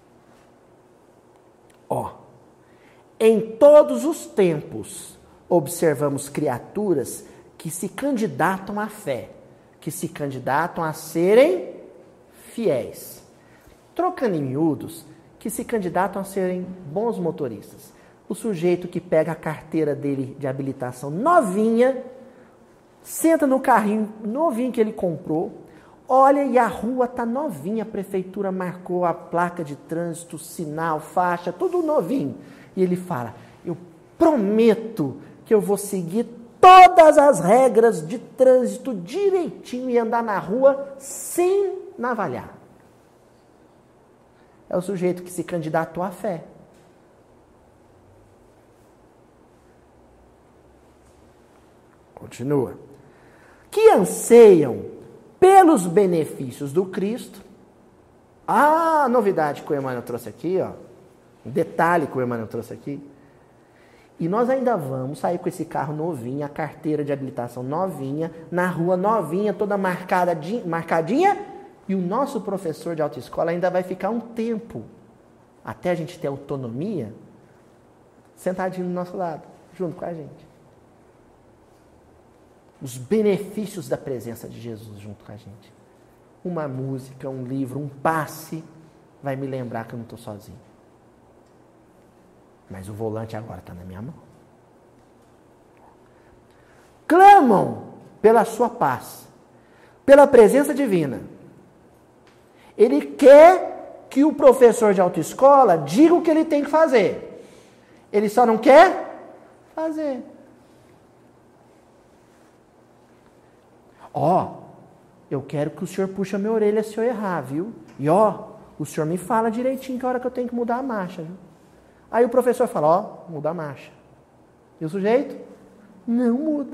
Ó, em todos os tempos, observamos criaturas que se candidatam à fé, que se candidatam a serem fiéis. Trocando em miúdos, que se candidatam a serem bons motoristas. O sujeito que pega a carteira dele de habilitação novinha, senta no carrinho novinho que ele comprou, olha e a rua está novinha, a prefeitura marcou a placa de trânsito, sinal, faixa, tudo novinho. E ele fala, eu prometo que eu vou seguir todas as regras de trânsito direitinho e andar na rua sem navalhar. É o sujeito que se candidatou à fé. Continua. Que anseiam pelos benefícios do Cristo. Ah, a novidade que o Emmanuel trouxe aqui, ó. Um detalhe que o Emmanuel trouxe aqui. E nós ainda vamos sair com esse carro novinho, a carteira de habilitação novinha, na rua novinha, toda marcada, marcadinha. E o nosso professor de autoescola ainda vai ficar um tempo, até a gente ter autonomia, sentadinho do nosso lado, junto com a gente. Os benefícios da presença de Jesus junto com a gente. Uma música, um livro, um passe, vai me lembrar que eu não estou sozinho. Mas o volante agora está na minha mão. Clamam pela sua paz, pela presença divina. Ele quer que o professor de autoescola diga o que ele tem que fazer. Ele só não quer fazer. Ó, oh, eu quero que o senhor puxe a minha orelha se eu errar, viu? E ó, oh, o senhor me fala direitinho que hora que eu tenho que mudar a marcha, viu? Aí o professor fala, ó, oh, muda a marcha. E o sujeito? Não muda.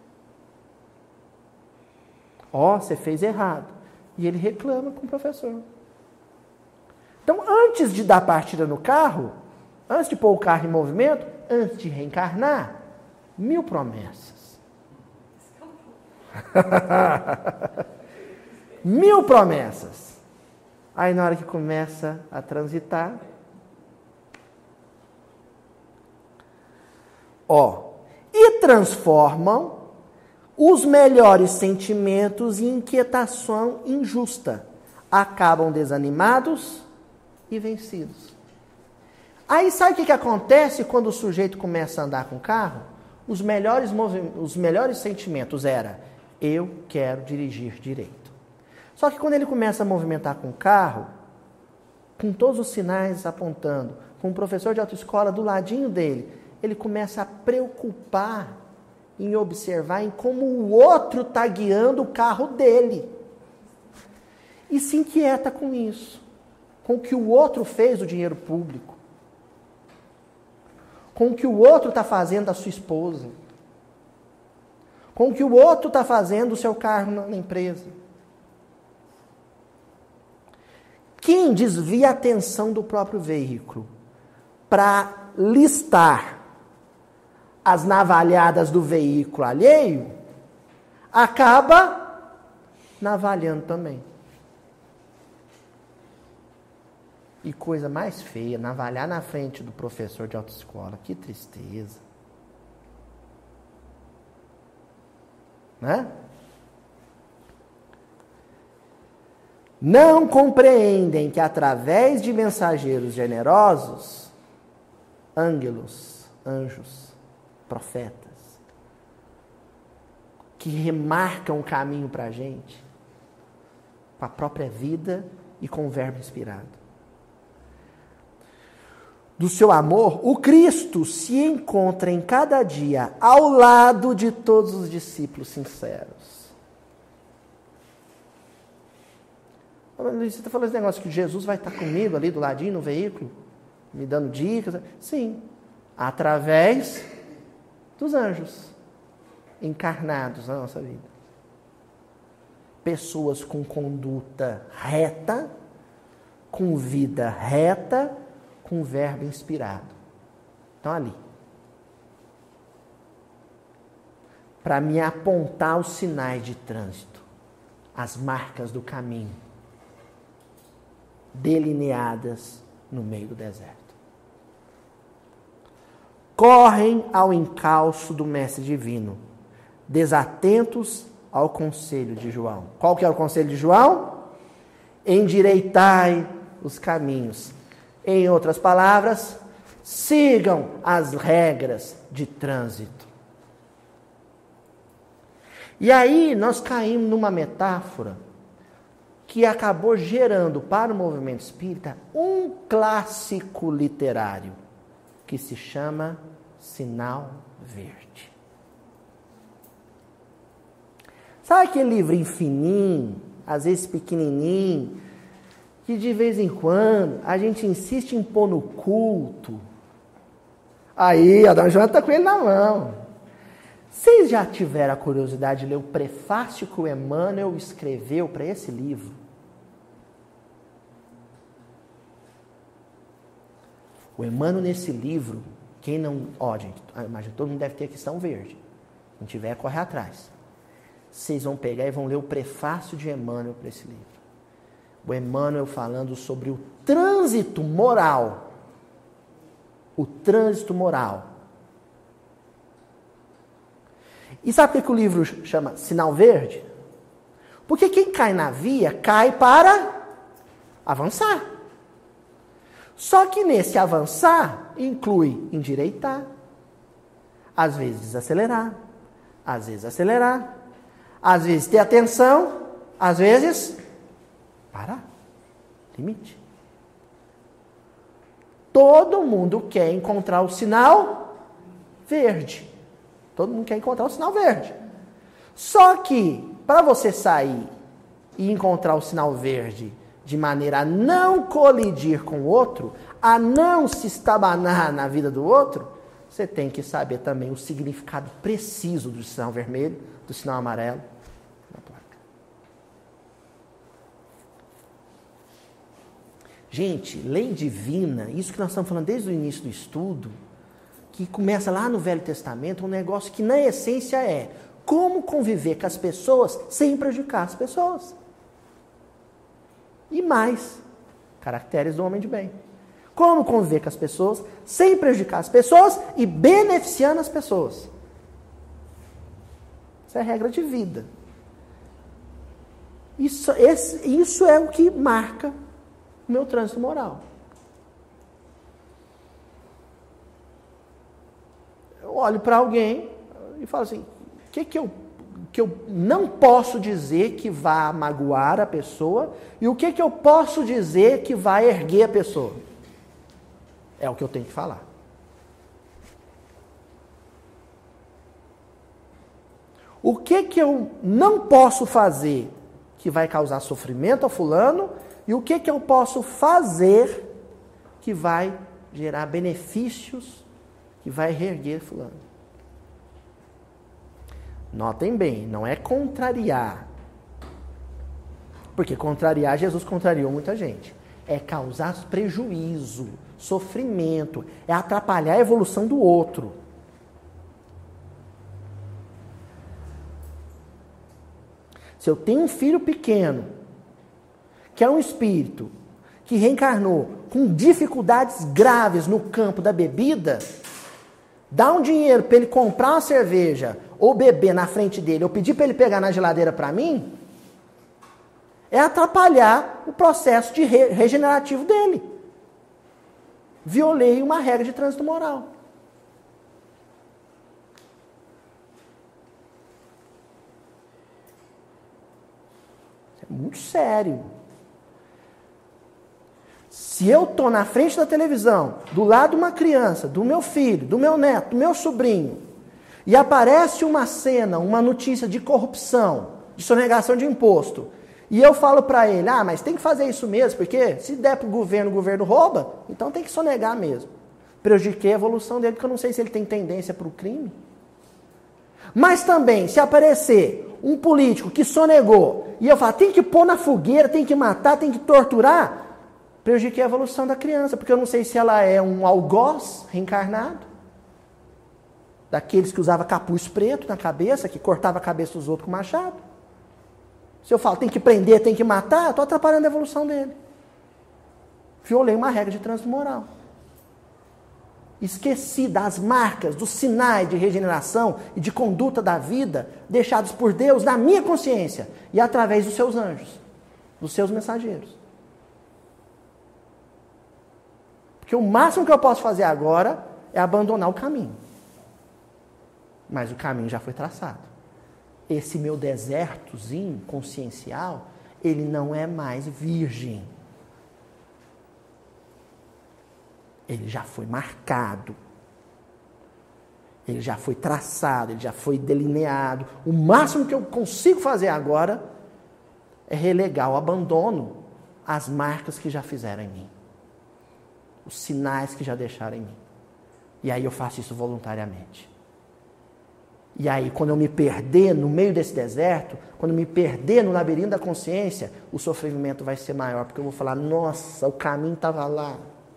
Ó, oh, você fez errado. E ele reclama com o professor. Então, antes de dar partida no carro, antes de pôr o carro em movimento, antes de reencarnar, mil promessas. Mil promessas. Aí, na hora que começa a transitar, ó, e transformam os melhores sentimentos em inquietação injusta. Acabam desanimados e vencidos. Aí sabe o que, que acontece quando o sujeito começa a andar com o carro? Os melhores, movi- os melhores sentimentos era, eu quero dirigir direito. Só que quando ele começa a movimentar com o carro, com todos os sinais apontando, com o professor de autoescola do ladinho dele, ele começa a preocupar em observar em como o outro está guiando o carro dele. E se inquieta com isso, com o que o outro fez do dinheiro público, com o que o outro está fazendo da sua esposa, com o que o outro está fazendo do seu carro na empresa. Quem desvia a atenção do próprio veículo para listar as navalhadas do veículo alheio, acaba navalhando também. E coisa mais feia, navalhar na frente do professor de autoescola. Que tristeza. Né? Não compreendem que através de mensageiros generosos, ângelos, anjos, profetas, que remarcam o caminho para a gente, com a própria vida e com o verbo inspirado. Do seu amor, o Cristo se encontra em cada dia ao lado de todos os discípulos sinceros. Você está falando esse negócio que Jesus vai estar comigo ali do ladinho no veículo, me dando dicas? Sim, através dos anjos encarnados na nossa vida. Pessoas com conduta reta, com vida reta, com o verbo inspirado. Estão ali. Para me apontar os sinais de trânsito, as marcas do caminho, delineadas no meio do deserto. Correm ao encalço do Mestre Divino, desatentos ao conselho de João. Qual que é o conselho de João? Endireitai os caminhos. Em outras palavras, sigam as regras de trânsito. E aí nós caímos numa metáfora que acabou gerando para o movimento espírita um clássico literário que se chama Sinal Verde. Sabe aquele livrinho fininho, às vezes pequenininho, que de vez em quando a gente insiste em pôr no culto? Aí, a dona Joana está com ele na mão. Vocês já tiveram a curiosidade de ler o prefácio que o Emmanuel escreveu para esse livro? O Emmanuel, nesse livro, quem não... Ó, gente, imagina, todo mundo deve ter a questão verde. Se não tiver, corre atrás. Vocês vão pegar e vão ler o prefácio de Emmanuel para esse livro. O Emmanuel falando sobre o trânsito moral. O trânsito moral. E sabe por que o livro chama Sinal Verde? Porque quem cai na via, cai para avançar. Só que nesse avançar, inclui endireitar, às vezes desacelerar, às vezes acelerar, às vezes ter atenção, às vezes parar. Limite. Todo mundo quer encontrar o sinal verde. Todo mundo quer encontrar o sinal verde. Só que, para você sair e encontrar o sinal verde de maneira a não colidir com o outro, a não se estabanar na vida do outro, você tem que saber também o significado preciso do sinal vermelho, do sinal amarelo na placa. Gente, lei divina, isso que nós estamos falando desde o início do estudo, que começa lá no Velho Testamento, um negócio que na essência é como conviver com as pessoas sem prejudicar as pessoas. E mais, caracteres do homem de bem. Como conviver com as pessoas sem prejudicar as pessoas e beneficiando as pessoas. Isso é a regra de vida. Isso, esse, isso é o que marca o meu trânsito moral. Eu olho para alguém e falo assim, o que, que, eu, que eu não posso dizer que vá magoar a pessoa e o que, que eu posso dizer que vai erguer a pessoa? É o que eu tenho que falar. O que que eu não posso fazer que vai causar sofrimento ao fulano e o que que eu posso fazer que vai gerar benefícios, que vai reerguer fulano. Notem bem, não é contrariar. Porque contrariar, Jesus contrariou muita gente. É causar prejuízo, sofrimento, é atrapalhar a evolução do outro. Se eu tenho um filho pequeno, que é um espírito, que reencarnou com dificuldades graves no campo da bebida, dá um dinheiro para ele comprar uma cerveja ou beber na frente dele, ou pedir para ele pegar na geladeira para mim, é atrapalhar o processo de re- regenerativo dele. Violei uma regra de trânsito moral. Isso é muito sério. Se eu estou na frente da televisão, do lado de uma criança, do meu filho, do meu neto, do meu sobrinho, e aparece uma cena, uma notícia de corrupção, de sonegação de imposto, e eu falo para ele, ah, mas tem que fazer isso mesmo, porque se der para o governo, o governo rouba, então tem que sonegar mesmo. Prejudiquei a evolução dele, porque eu não sei se ele tem tendência para o crime. Mas também, se aparecer um político que sonegou, e eu falo, tem que pôr na fogueira, tem que matar, tem que torturar, prejudiquei a evolução da criança, porque eu não sei se ela é um algoz reencarnado, daqueles que usava capuz preto na cabeça, que cortava a cabeça dos outros com machado. Se eu falo, tem que prender, tem que matar, eu estou atrapalhando a evolução dele. Violei uma regra de trânsito moral. Esqueci das marcas, dos sinais de regeneração e de conduta da vida deixados por Deus na minha consciência e através dos seus anjos, dos seus mensageiros. Porque o máximo que eu posso fazer agora é abandonar o caminho. Mas o caminho já foi traçado. Esse meu desertozinho consciencial, ele não é mais virgem. Ele já foi marcado. Ele já foi traçado, ele já foi delineado. O máximo que eu consigo fazer agora é relegar o abandono às marcas que já fizeram em mim. Os sinais que já deixaram em mim. E aí eu faço isso voluntariamente. E aí, quando eu me perder no meio desse deserto, quando eu me perder no labirinto da consciência, o sofrimento vai ser maior, porque eu vou falar, nossa, o caminho estava lá.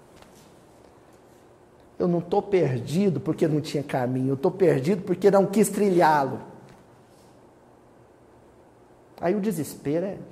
Eu não estou perdido porque não tinha caminho, eu estou perdido porque não quis trilhá-lo. Aí o desespero é...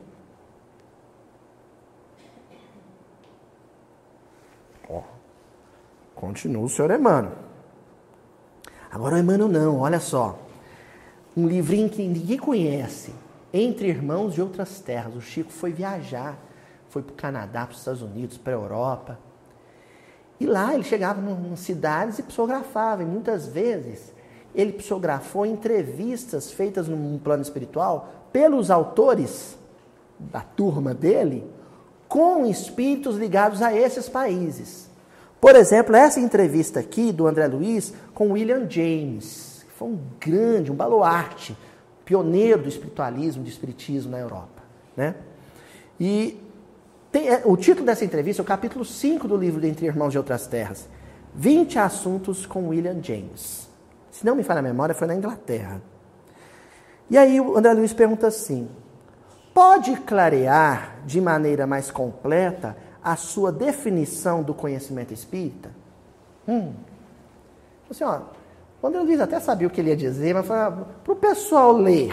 Ó, continua o senhor Emmanuel. Agora o Emmanuel não, olha só. Um livrinho que ninguém conhece. Entre Irmãos de Outras Terras. O Chico foi viajar. Foi para o Canadá, para os Estados Unidos, para a Europa. E lá ele chegava em cidades e psicografava. E muitas vezes ele psicografou entrevistas feitas num plano espiritual pelos autores da turma dele com espíritos ligados a esses países. Por exemplo, essa entrevista aqui do André Luiz com William James, que foi um grande, um baluarte, pioneiro do espiritualismo, do espiritismo na Europa, né? E tem, o título dessa entrevista é o capítulo cinco do livro Entre Irmãos de Outras Terras, vinte assuntos com William James. Se não me falha a memória, foi na Inglaterra. E aí o André Luiz pergunta assim, pode clarear de maneira mais completa a sua definição do conhecimento espírita? Hum. Assim, ó, o André Luiz até sabia o que ele ia dizer, mas para o pessoal ler,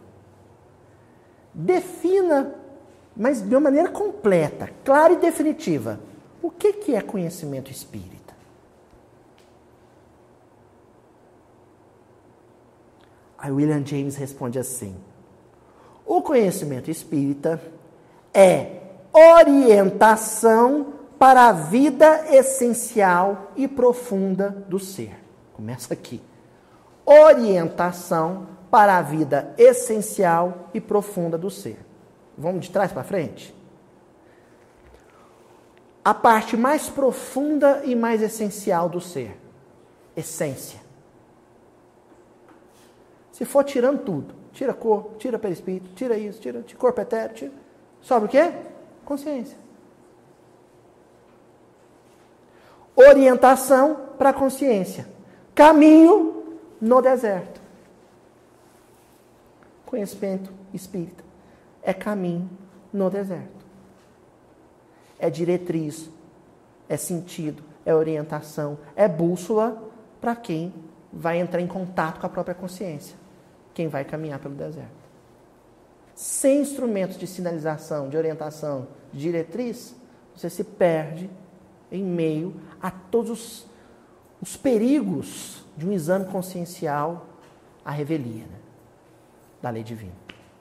defina, mas de uma maneira completa, clara e definitiva, o que, que é conhecimento espírita? Aí William James responde assim, o conhecimento espírita é orientação para a vida essencial e profunda do ser. Começa aqui. Orientação para a vida essencial e profunda do ser. Vamos de trás para frente? A parte mais profunda e mais essencial do ser. Essência. Se for tirando tudo, tira corpo, tira perispírito, tira isso, tira, tira corpo etéreo, tira, sobra o quê? Consciência. Orientação para a consciência. Caminho no deserto. Conhecimento espírita é caminho no deserto. É diretriz, é sentido, é orientação, é bússola para quem vai entrar em contato com a própria consciência, quem vai caminhar pelo deserto. Sem instrumentos de sinalização, de orientação, de diretriz, você se perde em meio a todos os, os perigos de um exame consciencial à revelia, né, da lei divina.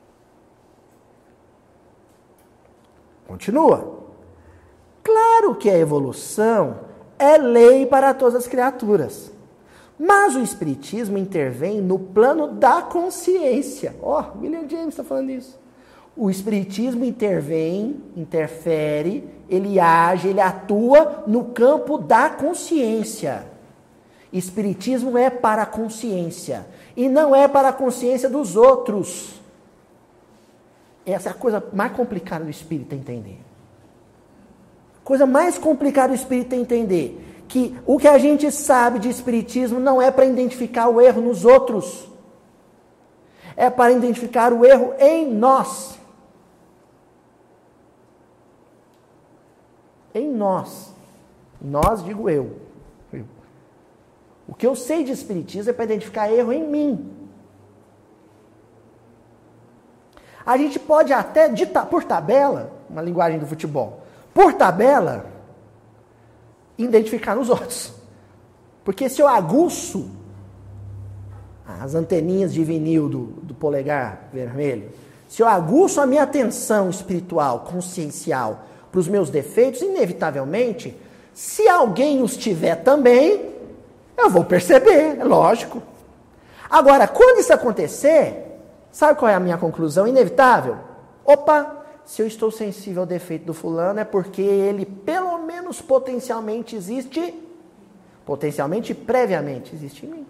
Continua. Claro que a evolução é lei para todas as criaturas. Mas o Espiritismo intervém no plano da consciência. Ó, oh, William James está falando isso. O Espiritismo intervém, interfere, ele age, ele atua no campo da consciência. Espiritismo é para a consciência e não é para a consciência dos outros. Essa é a coisa mais complicada do espírita entender. A coisa mais complicada do espírita entender que o que a gente sabe de espiritismo não é para identificar o erro nos outros. É para identificar o erro em nós. Em nós. Nós, digo eu. eu. O que eu sei de espiritismo é para identificar erro em mim. A gente pode até, de, por tabela, uma linguagem do futebol, por tabela, identificar nos outros. Porque se eu aguço as anteninhas de vinil do, do polegar vermelho, se eu aguço a minha atenção espiritual, consciencial, para os meus defeitos, inevitavelmente, se alguém os tiver também, eu vou perceber, é lógico. Agora, quando isso acontecer, sabe qual é a minha conclusão inevitável? Opa! Se eu estou sensível ao defeito do fulano, é porque ele, pelo menos potencialmente, existe, potencialmente e previamente, existe em mim.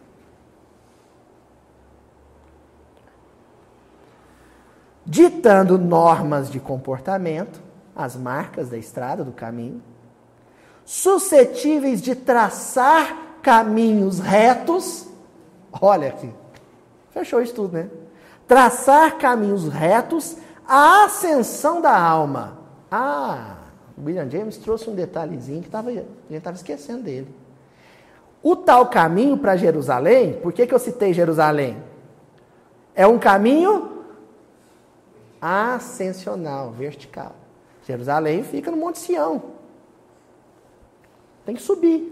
Ditando normas de comportamento, as marcas da estrada, do caminho, suscetíveis de traçar caminhos retos, olha aqui, fechou isso tudo, né? Traçar caminhos retos, a ascensão da alma. Ah, William James trouxe um detalhezinho que tava, a gente estava esquecendo dele. O tal caminho para Jerusalém, por que, que eu citei Jerusalém? É um caminho ascensional, vertical. Jerusalém fica no Monte Sião. Tem que subir.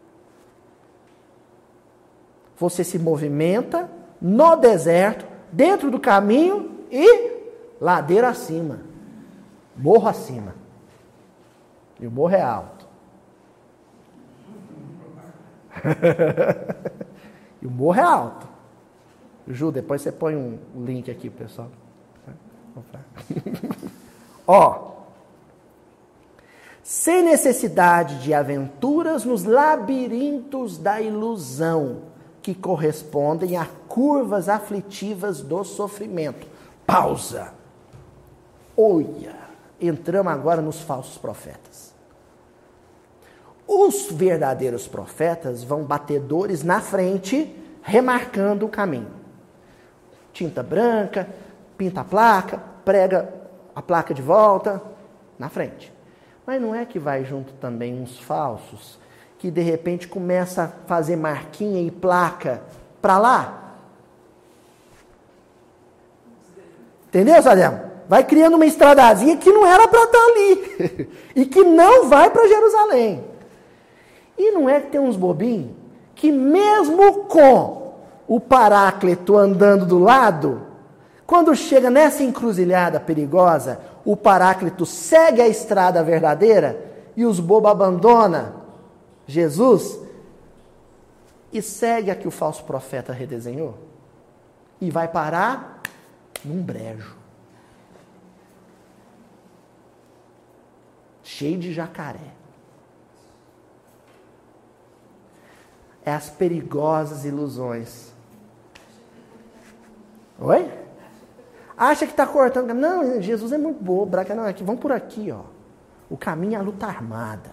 Você se movimenta no deserto, dentro do caminho e ladeira acima, morro acima. E o morro é alto. E o morro é alto. Ju, depois você põe um link aqui, pessoal. Ó, sem necessidade de aventuras nos labirintos da ilusão, que correspondem a curvas aflitivas do sofrimento. Pausa. Olha, entramos agora nos falsos profetas. Os verdadeiros profetas vão batedores na frente, remarcando o caminho. Tinta branca, pinta a placa, prega a placa de volta, na frente. Mas não é que vai junto também uns falsos, que de repente começa a fazer marquinha e placa para lá? Entendeu, Sademo? Vai criando uma estradazinha que não era para estar ali. E que não vai para Jerusalém. E não é que tem uns bobinhos que mesmo com o Paráclito andando do lado, quando chega nessa encruzilhada perigosa, o Paráclito segue a estrada verdadeira e os bobos abandonam Jesus e segue a que o falso profeta redesenhou e vai parar num brejo cheio de jacaré. É as perigosas ilusões Oi? Acha que está cortando. Não, Jesus é muito bobo. Não, aqui, vamos por aqui, ó. O caminho é a luta armada.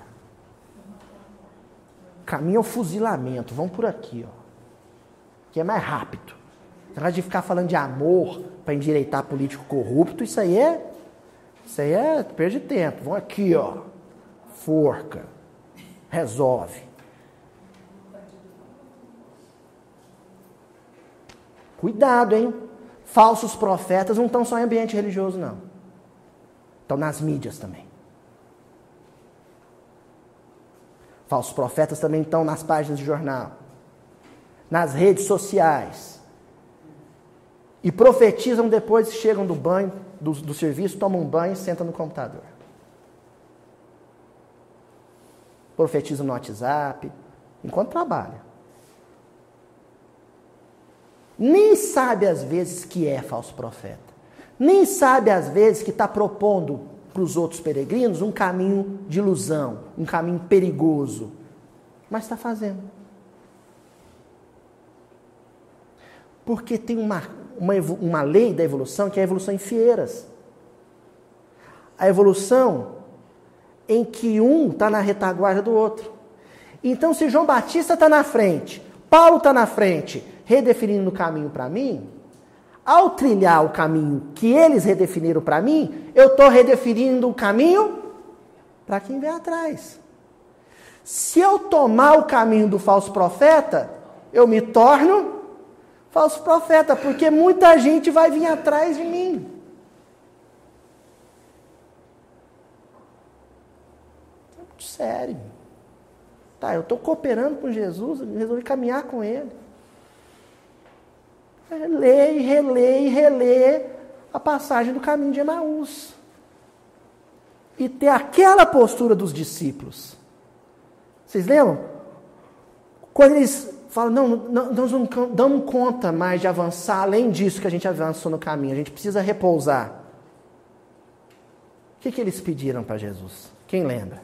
O caminho é o fuzilamento. Vamos por aqui, ó. Que é mais rápido. Esse negócio de ficar falando de amor para endireitar político corrupto, isso aí é. Isso aí é perda de tempo. Vamos aqui, ó. Forca. Resolve. Cuidado, hein? Falsos profetas não estão só em ambiente religioso, não. Estão nas mídias também. Falsos profetas também estão nas páginas de jornal, nas redes sociais. E profetizam depois, chegam do banho, do, do serviço, tomam um banho e sentam no computador. Profetizam no WhatsApp, enquanto trabalha. Nem sabe às vezes que é falso profeta. Nem sabe às vezes que está propondo para os outros peregrinos um caminho de ilusão, um caminho perigoso. Mas está fazendo. Porque tem uma, uma, uma lei da evolução que é a evolução em fieiras. A evolução em que um está na retaguarda do outro. Então, se João Batista está na frente, Paulo está na frente, redefinindo o caminho para mim, ao trilhar o caminho que eles redefiniram para mim, eu estou redefinindo o caminho para quem vem atrás. Se eu tomar o caminho do falso profeta, eu me torno falso profeta, porque muita gente vai vir atrás de mim. É muito sério. Tá, eu estou cooperando com Jesus, resolvi caminhar com ele. Lê e relê e relê a passagem do caminho de Emaús. E ter aquela postura dos discípulos. Vocês lembram? Quando eles falam, não, não, nós não damos conta mais de avançar além disso que a gente avançou no caminho. A gente precisa repousar. O que, que eles pediram para Jesus? Quem lembra?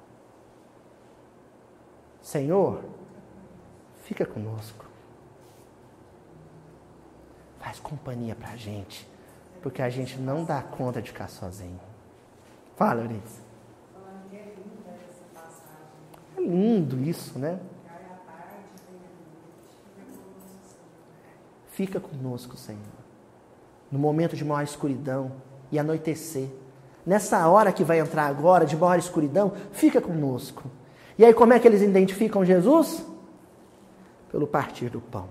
Senhor, fica conosco. Faz companhia pra gente, porque a gente não dá conta de ficar sozinho. Fala, Eunice. É lindo isso, né? Fica conosco, Senhor. No momento de maior escuridão e anoitecer. Nessa hora que vai entrar agora, de maior escuridão, fica conosco. E aí como é que eles identificam Jesus? Pelo partir do pão.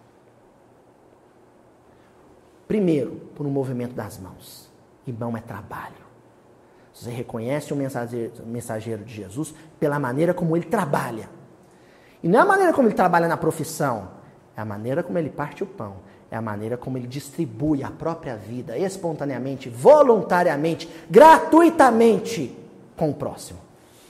Primeiro, por um movimento das mãos. E mão é trabalho. Você reconhece o mensageiro, o mensageiro de Jesus pela maneira como ele trabalha. E não é a maneira como ele trabalha na profissão. É a maneira como ele parte o pão. É a maneira como ele distribui a própria vida, espontaneamente, voluntariamente, gratuitamente, com o próximo.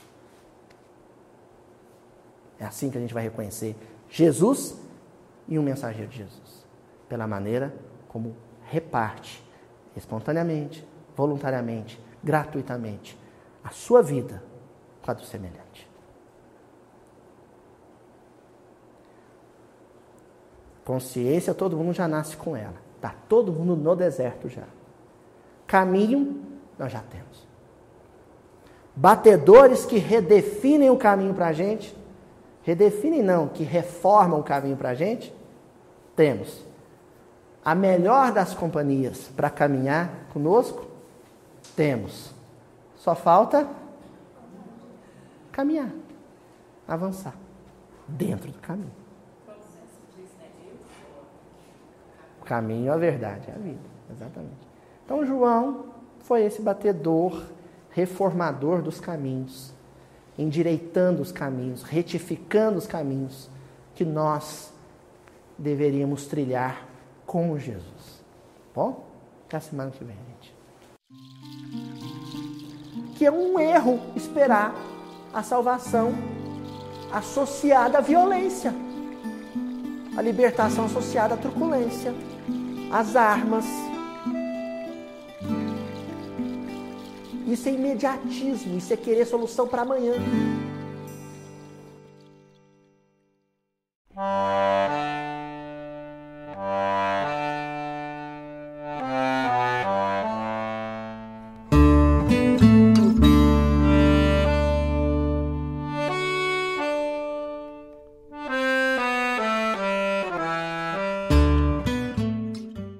É assim que a gente vai reconhecer Jesus e o mensageiro de Jesus. Pela maneira como reparte, espontaneamente, voluntariamente, gratuitamente, a sua vida com a do semelhante. Consciência, todo mundo já nasce com ela. Está todo mundo no deserto já. Caminho, nós já temos. Batedores que redefinem o caminho para a gente, redefinem não, que reformam o caminho para a gente, temos. A melhor das companhias para caminhar conosco, temos. Só falta caminhar, avançar dentro do caminho. O caminho, a verdade, é a vida, exatamente. Então João foi esse batedor, reformador dos caminhos, endireitando os caminhos, retificando os caminhos que nós deveríamos trilhar com Jesus. Bom? Até a semana que vem, gente. Que é um erro esperar a salvação associada à violência, a libertação associada à truculência, às armas. Isso é imediatismo, isso é querer solução para amanhã.